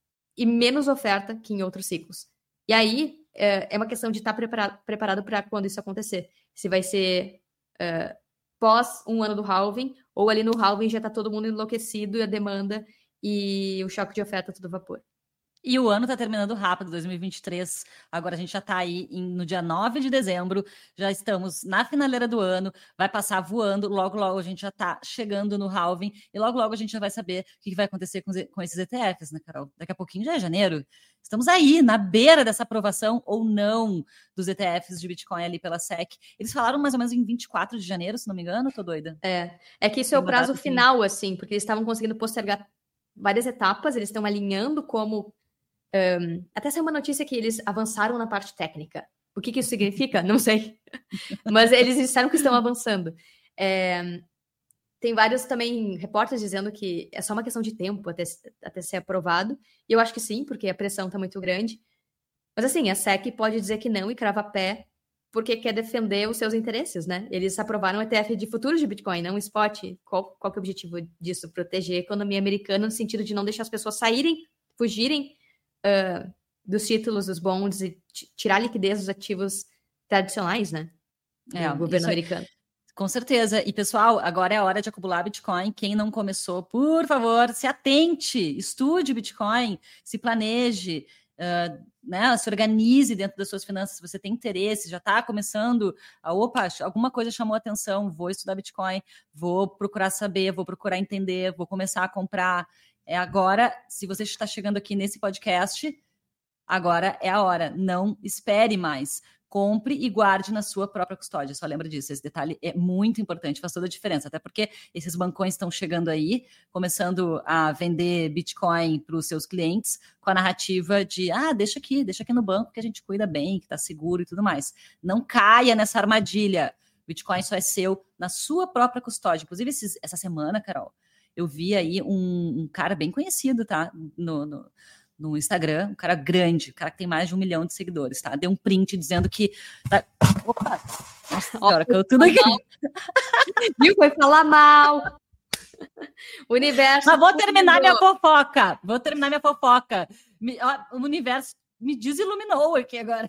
e menos oferta que em outros ciclos. E aí, é, é uma questão de estar preparado, preparado para quando isso acontecer. Se vai ser uh, pós um ano do halving, ou ali no halving já está todo mundo enlouquecido, e a demanda e o choque de oferta tudo vapor. E o ano está terminando rápido, dois mil e vinte e três. Agora a gente já está aí em, no dia nove de dezembro, já estamos na finaleira do ano, vai passar voando, logo, logo a gente já está chegando no halving, e logo, logo a gente já vai saber o que, que vai acontecer com, com esses E T Fs, né, Carol? Daqui a pouquinho já é janeiro. Estamos aí, na beira dessa aprovação ou não dos E T Fs de Bitcoin ali pela S E C. Eles falaram mais ou menos em vinte e quatro de janeiro, se não me engano, tô doida? É, é que isso Tem é o prazo final, assim, assim, porque eles estavam conseguindo postergar várias etapas, eles estão alinhando como... Um, até saiu uma notícia que eles avançaram na parte técnica. O que, que isso significa? Não sei. Mas eles disseram que estão avançando. É, tem vários também repórteres dizendo que é só uma questão de tempo até, até ser aprovado. E eu acho que sim, porque a pressão está muito grande. Mas assim, a S E C pode dizer que não e crava pé porque quer defender os seus interesses, né? Eles aprovaram o E T F de futuros de Bitcoin, não o spot. Qual, qual que é o objetivo disso? Proteger a economia americana no sentido de não deixar as pessoas saírem, fugirem Uh, dos títulos, dos bonds e tirar a liquidez dos ativos tradicionais, né? Do é, governo americano. Com certeza. E, pessoal, agora é a hora de acumular Bitcoin. Quem não começou, por favor, se atente, estude Bitcoin, se planeje, uh, né, se organize dentro das suas finanças. Se você tem interesse, já está começando, a, opa, alguma coisa chamou a atenção, vou estudar Bitcoin, vou procurar saber, vou procurar entender, vou começar a comprar. É agora, se você está chegando aqui nesse podcast, agora é a hora. Não espere mais. Compre e guarde na sua própria custódia. Só lembra disso. Esse detalhe é muito importante, faz toda a diferença. Até porque esses bancões estão chegando aí, começando a vender Bitcoin para os seus clientes com a narrativa de, ah, deixa aqui, deixa aqui no banco que a gente cuida bem, que está seguro e tudo mais. Não caia nessa armadilha. Bitcoin só é seu na sua própria custódia. Inclusive, esses, essa semana, Carol, eu vi aí um, um cara bem conhecido, tá? No, no, no Instagram, um cara grande, um cara que tem mais de um milhão de seguidores, tá? Deu um print dizendo que... Tá... Opa! Nossa senhora, caiu tudo aqui. Viu? Foi falar mal. O universo... Mas vou terminar minha fofoca. Vou terminar minha fofoca. Me, ó, o universo me desiluminou aqui agora.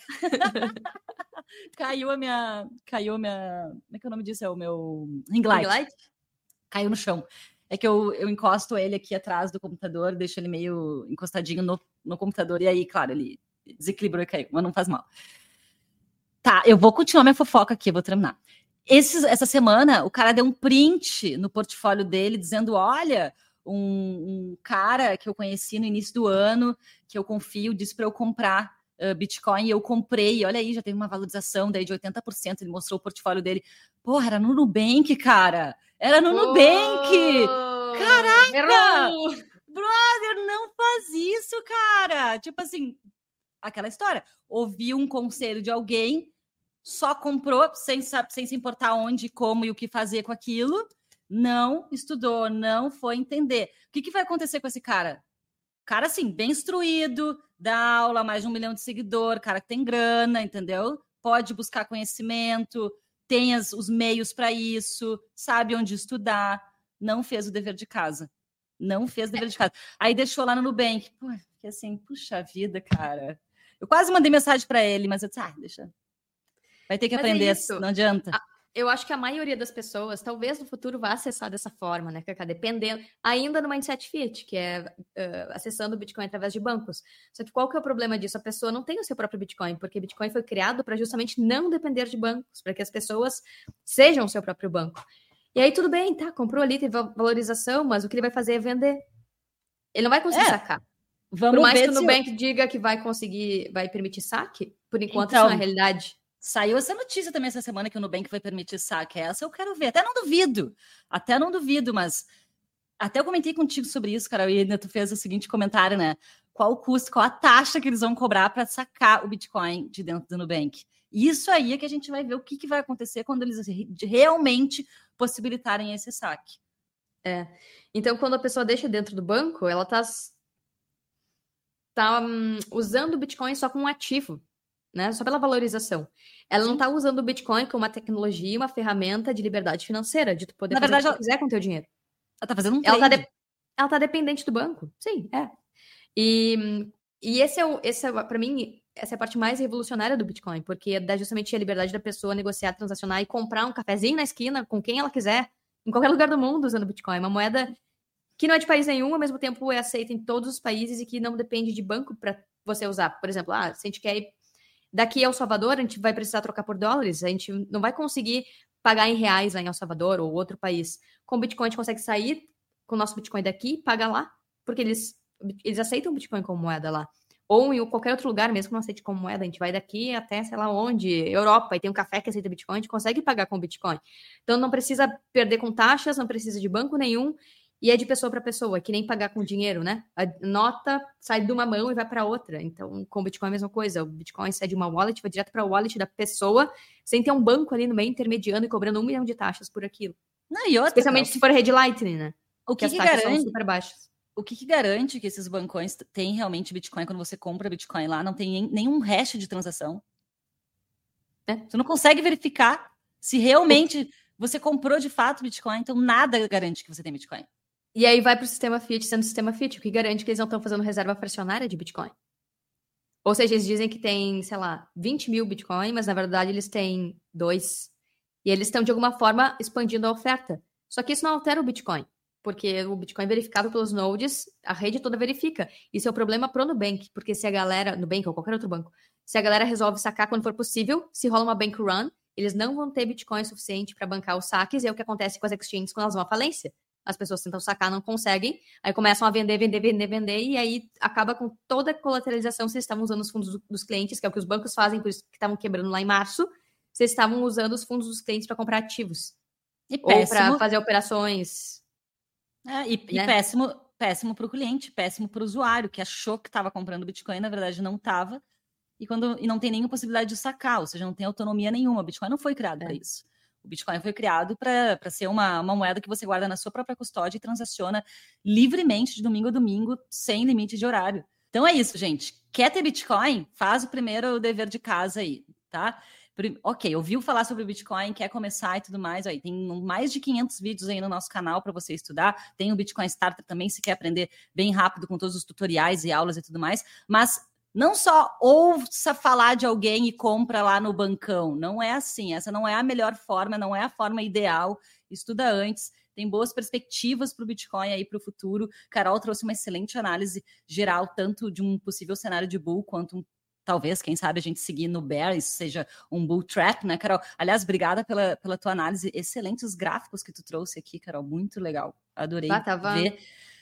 Caiu a minha... Caiu a minha... Como é que é o nome disso? É o meu... Ring light. Ring light? Caiu no chão. É que eu, eu encosto ele aqui atrás do computador, deixo ele meio encostadinho no, no computador, e aí, claro, ele desequilibrou e caiu, mas não faz mal. Tá, eu vou continuar minha fofoca aqui, vou terminar. Esse, essa semana, o cara deu um print no portfólio dele, dizendo, olha, um, um cara que eu conheci no início do ano, que eu confio, disse para eu comprar uh, Bitcoin, e eu comprei, olha aí, já teve uma valorização daí de oitenta por cento, ele mostrou o portfólio dele. Porra, era no Nubank, cara! Era no oh, Nubank! Caraca! Errou. Brother, não faz isso, cara! Tipo assim, aquela história. Ouviu um conselho de alguém, só comprou, sem, sem se importar onde, como e o que fazer com aquilo, não estudou, não foi entender. O que, que vai acontecer com esse cara? Cara, assim, bem instruído, dá aula, mais de um milhão de seguidor, cara que tem grana, entendeu? Pode buscar conhecimento, tem as, os meios para isso, sabe onde estudar, não fez o dever de casa. Não fez o dever de casa. Aí deixou lá no Nubank. Pô, fiquei assim, puxa vida, cara. Eu quase mandei mensagem para ele, mas eu disse, ah, deixa. Vai ter que mas aprender, é não adianta. A, Eu acho que a maioria das pessoas, talvez no futuro, vá acessar dessa forma, né, Cacá? Dependendo, ainda no Mindset Fiat, que é uh, acessando o Bitcoin através de bancos. Só que qual que é o problema disso? A pessoa não tem o seu próprio Bitcoin, porque Bitcoin foi criado para justamente não depender de bancos, para que as pessoas sejam o seu próprio banco. E aí tudo bem, tá, comprou ali, teve valorização, mas o que ele vai fazer é vender. Ele não vai conseguir é, sacar. Vamos por mais ver que o Nubank eu... diga que vai conseguir, vai permitir saque, por enquanto então... isso não é realidade. Saiu essa notícia também essa semana que o Nubank vai permitir saque. Essa eu quero ver. Até não duvido. Até não duvido, mas... Até eu comentei contigo sobre isso, Carol, e ainda tu fez o seguinte comentário, né? Qual o custo, qual a taxa que eles vão cobrar para sacar o Bitcoin de dentro do Nubank? Isso aí é que a gente vai ver o que, que vai acontecer quando eles realmente possibilitarem esse saque. É. Então, quando a pessoa deixa dentro do banco, ela está tá, um, usando o Bitcoin só como um ativo. Né? Só pela valorização. Ela Sim. não está usando o Bitcoin como uma tecnologia, uma ferramenta de liberdade financeira, de tu poder Na fazer verdade, o que tu quiser com o teu dinheiro. Ela está fazendo um ela trade. Tá de... Ela está dependente do banco. Sim, é. E, e esse é, o, esse é para mim, essa é a parte mais revolucionária do Bitcoin, porque dá justamente a liberdade da pessoa negociar, transacionar e comprar um cafezinho na esquina com quem ela quiser, em qualquer lugar do mundo usando Bitcoin. Uma moeda que não é de país nenhum, ao mesmo tempo é aceita em todos os países e que não depende de banco para você usar. Por exemplo, ah, se a gente quer ir daqui a El Salvador, a gente vai precisar trocar por dólares, a gente não vai conseguir pagar em reais lá em El Salvador ou outro país. Com o Bitcoin, a gente consegue sair com o nosso Bitcoin daqui e pagar lá, porque eles, eles aceitam o Bitcoin como moeda lá. Ou em qualquer outro lugar, mesmo que não aceite como moeda, a gente vai daqui até, sei lá onde, Europa, e tem um café que aceita Bitcoin, a gente consegue pagar com Bitcoin. Então, não precisa perder com taxas, não precisa de banco nenhum, e é de pessoa para pessoa, que nem pagar com dinheiro, né? A nota sai de uma mão e vai para outra. Então, com o Bitcoin é a mesma coisa. O Bitcoin sai de uma wallet, vai direto para a wallet da pessoa, sem ter um banco ali no meio intermediando e cobrando um milhão de taxas por aquilo. Não, e outra, especialmente se for rede Lightning, né? O que, que, que as taxas garante, são super baixas. O que, que garante que esses bancões têm realmente Bitcoin quando você compra Bitcoin lá? Não tem nenhum hash de transação. É. Você não consegue verificar se realmente você comprou de fato Bitcoin, então nada garante que você tem Bitcoin. E aí vai para o sistema Fiat sendo sistema Fiat, o que garante que eles não estão fazendo reserva fracionária de Bitcoin. Ou seja, eles dizem que tem, sei lá, vinte mil Bitcoin, mas na verdade eles têm dois. E eles estão, de alguma forma, expandindo a oferta. Só que isso não altera o Bitcoin, porque o Bitcoin é verificado pelos nodes, a rede toda verifica. Isso é o problema pro Nubank, porque se a galera, Nubank ou qualquer outro banco, se a galera resolve sacar quando for possível, se rola uma bank run, eles não vão ter Bitcoin suficiente para bancar os saques, e é o que acontece com as exchanges quando elas vão à falência. As pessoas tentam sacar, não conseguem, aí começam a vender, vender, vender, vender, e aí acaba com toda a colateralização. Vocês estavam usando os fundos dos clientes, que é o que os bancos fazem, por isso que estavam quebrando lá em março, vocês estavam usando os fundos dos clientes para comprar ativos. E ou para fazer operações. É, e, né? e péssimo, péssimo para o cliente, péssimo para o usuário, que achou que estava comprando Bitcoin, na verdade não estava, e, quando, e não tem nenhuma possibilidade de sacar, ou seja, não tem autonomia nenhuma. O Bitcoin não foi criado é. para isso. O Bitcoin foi criado para ser uma, uma moeda que você guarda na sua própria custódia e transaciona livremente de domingo a domingo, sem limite de horário. Então é isso, gente. Quer ter Bitcoin? Faz o primeiro dever de casa aí, tá? Ok, ouviu falar sobre o Bitcoin, quer começar e tudo mais, aí tem mais de quinhentos vídeos aí no nosso canal para você estudar. Tem o Bitcoin Starter também, se quer aprender bem rápido com todos os tutoriais e aulas e tudo mais. Mas não só ouça falar de alguém e compra lá no bancão. Não é assim. Essa não é a melhor forma, não é a forma ideal. Estuda antes. Tem boas perspectivas para o Bitcoin aí para o futuro. Carol trouxe uma excelente análise geral, tanto de um possível cenário de bull, quanto um, talvez, quem sabe, a gente seguir no bear, isso seja um bull trap, né, Carol? Aliás, obrigada pela, pela tua análise. Excelentes gráficos que tu trouxe aqui, Carol. Muito legal. Adorei ah, tava... ver.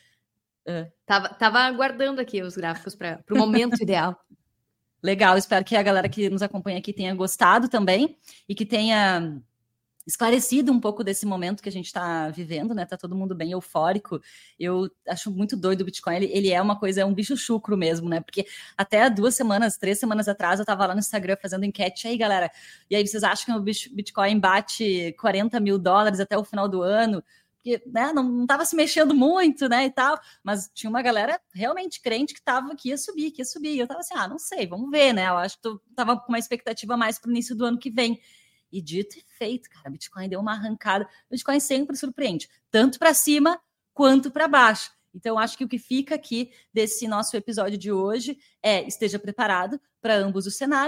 Uh. Tava, tava aguardando aqui os gráficos para o momento ideal. Legal, espero que a galera que nos acompanha aqui tenha gostado também e que tenha esclarecido um pouco desse momento que a gente está vivendo, né? Tá todo mundo bem eufórico. Eu acho muito doido o Bitcoin. Ele, ele é uma coisa, é um bicho chucro mesmo, né? Porque até duas semanas, três semanas atrás, eu tava lá no Instagram fazendo enquete. Aí, galera, e aí vocês acham que o Bitcoin bate quarenta mil dólares até o final do ano? Porque, né, não estava se mexendo muito, né, e tal, mas tinha uma galera realmente crente que tava, que ia subir, que ia subir, e eu tava assim, ah, não sei, vamos ver, né, eu acho que eu tava com uma expectativa mais pro início do ano que vem, e dito e feito, cara, Bitcoin deu uma arrancada, Bitcoin sempre surpreende, tanto para cima quanto para baixo. Então, acho que o que fica aqui desse nosso episódio de hoje é esteja preparado para ambos os cenários,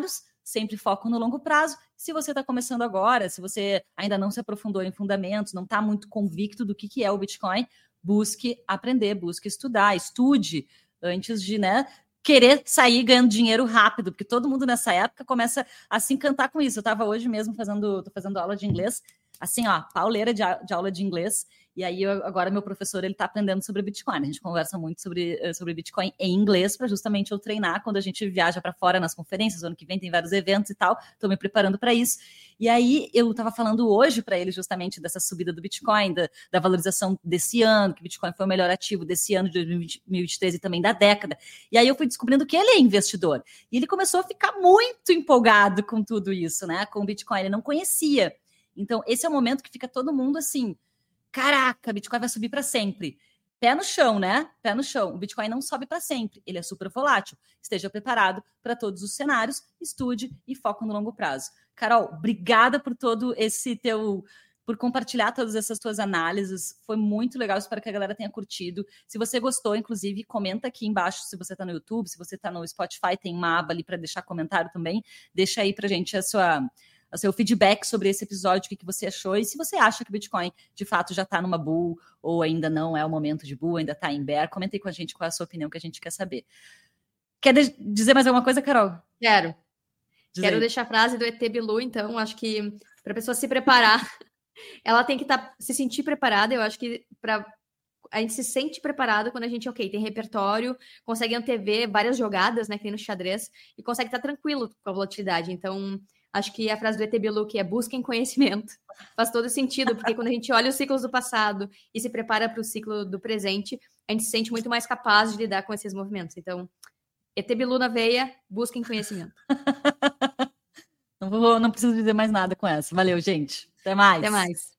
sempre foco no longo prazo. Se você está começando agora, se você ainda não se aprofundou em fundamentos, não está muito convicto do que, que é o Bitcoin, busque aprender, busque estudar, estude antes de, né, querer sair ganhando dinheiro rápido, porque todo mundo nessa época começa a se encantar com isso. Eu estava hoje mesmo fazendo, tô fazendo aula de inglês, assim, ó, pauleira de, de aula de inglês, e aí eu, agora meu professor, ele tá aprendendo sobre Bitcoin, a gente conversa muito sobre, sobre Bitcoin em inglês, para justamente eu treinar quando a gente viaja para fora nas conferências, ano que vem tem vários eventos e tal, tô me preparando para isso, e aí eu tava falando hoje para ele justamente dessa subida do Bitcoin, da, da valorização desse ano, que Bitcoin foi o melhor ativo desse ano de dois mil e vinte e três e também da década, e aí eu fui descobrindo que ele é investidor, e ele começou a ficar muito empolgado com tudo isso, né, com o Bitcoin, ele não conhecia. Então, esse é o momento que fica todo mundo assim, caraca, Bitcoin vai subir para sempre. Pé no chão, né? Pé no chão. O Bitcoin não sobe para sempre, ele é super volátil. Esteja preparado para todos os cenários, estude e foco no longo prazo. Carol, obrigada por todo esse teu... por compartilhar todas essas tuas análises. Foi muito legal, espero que a galera tenha curtido. Se você gostou, inclusive, comenta aqui embaixo se você está no YouTube, se você está no Spotify, tem uma aba ali para deixar comentário também. Deixa aí para a gente a sua... o seu feedback sobre esse episódio, o que, que você achou, e se você acha que o Bitcoin, de fato, já está numa bull, ou ainda não é o momento de bull, ainda está em bear, comenta aí com a gente qual é a sua opinião, que a gente quer saber. Quer de- dizer mais alguma coisa, Carol? Quero. Diz Quero aí. deixar a frase do E T Bilu, então, acho que para a pessoa se preparar, ela tem que tá, se sentir preparada, eu acho que para... a gente se sente preparado quando a gente, ok, tem repertório, consegue antever várias jogadas, né, que tem no xadrez, e consegue estar tranquilo com a volatilidade. Então, acho que a frase do E T Bilu, que é busquem conhecimento, faz todo sentido, porque quando a gente olha os ciclos do passado e se prepara para o ciclo do presente, a gente se sente muito mais capaz de lidar com esses movimentos. Então, E T Bilu na veia, busquem conhecimento. Não, vou, não preciso dizer mais nada com essa. Valeu, gente. Até mais. Até mais.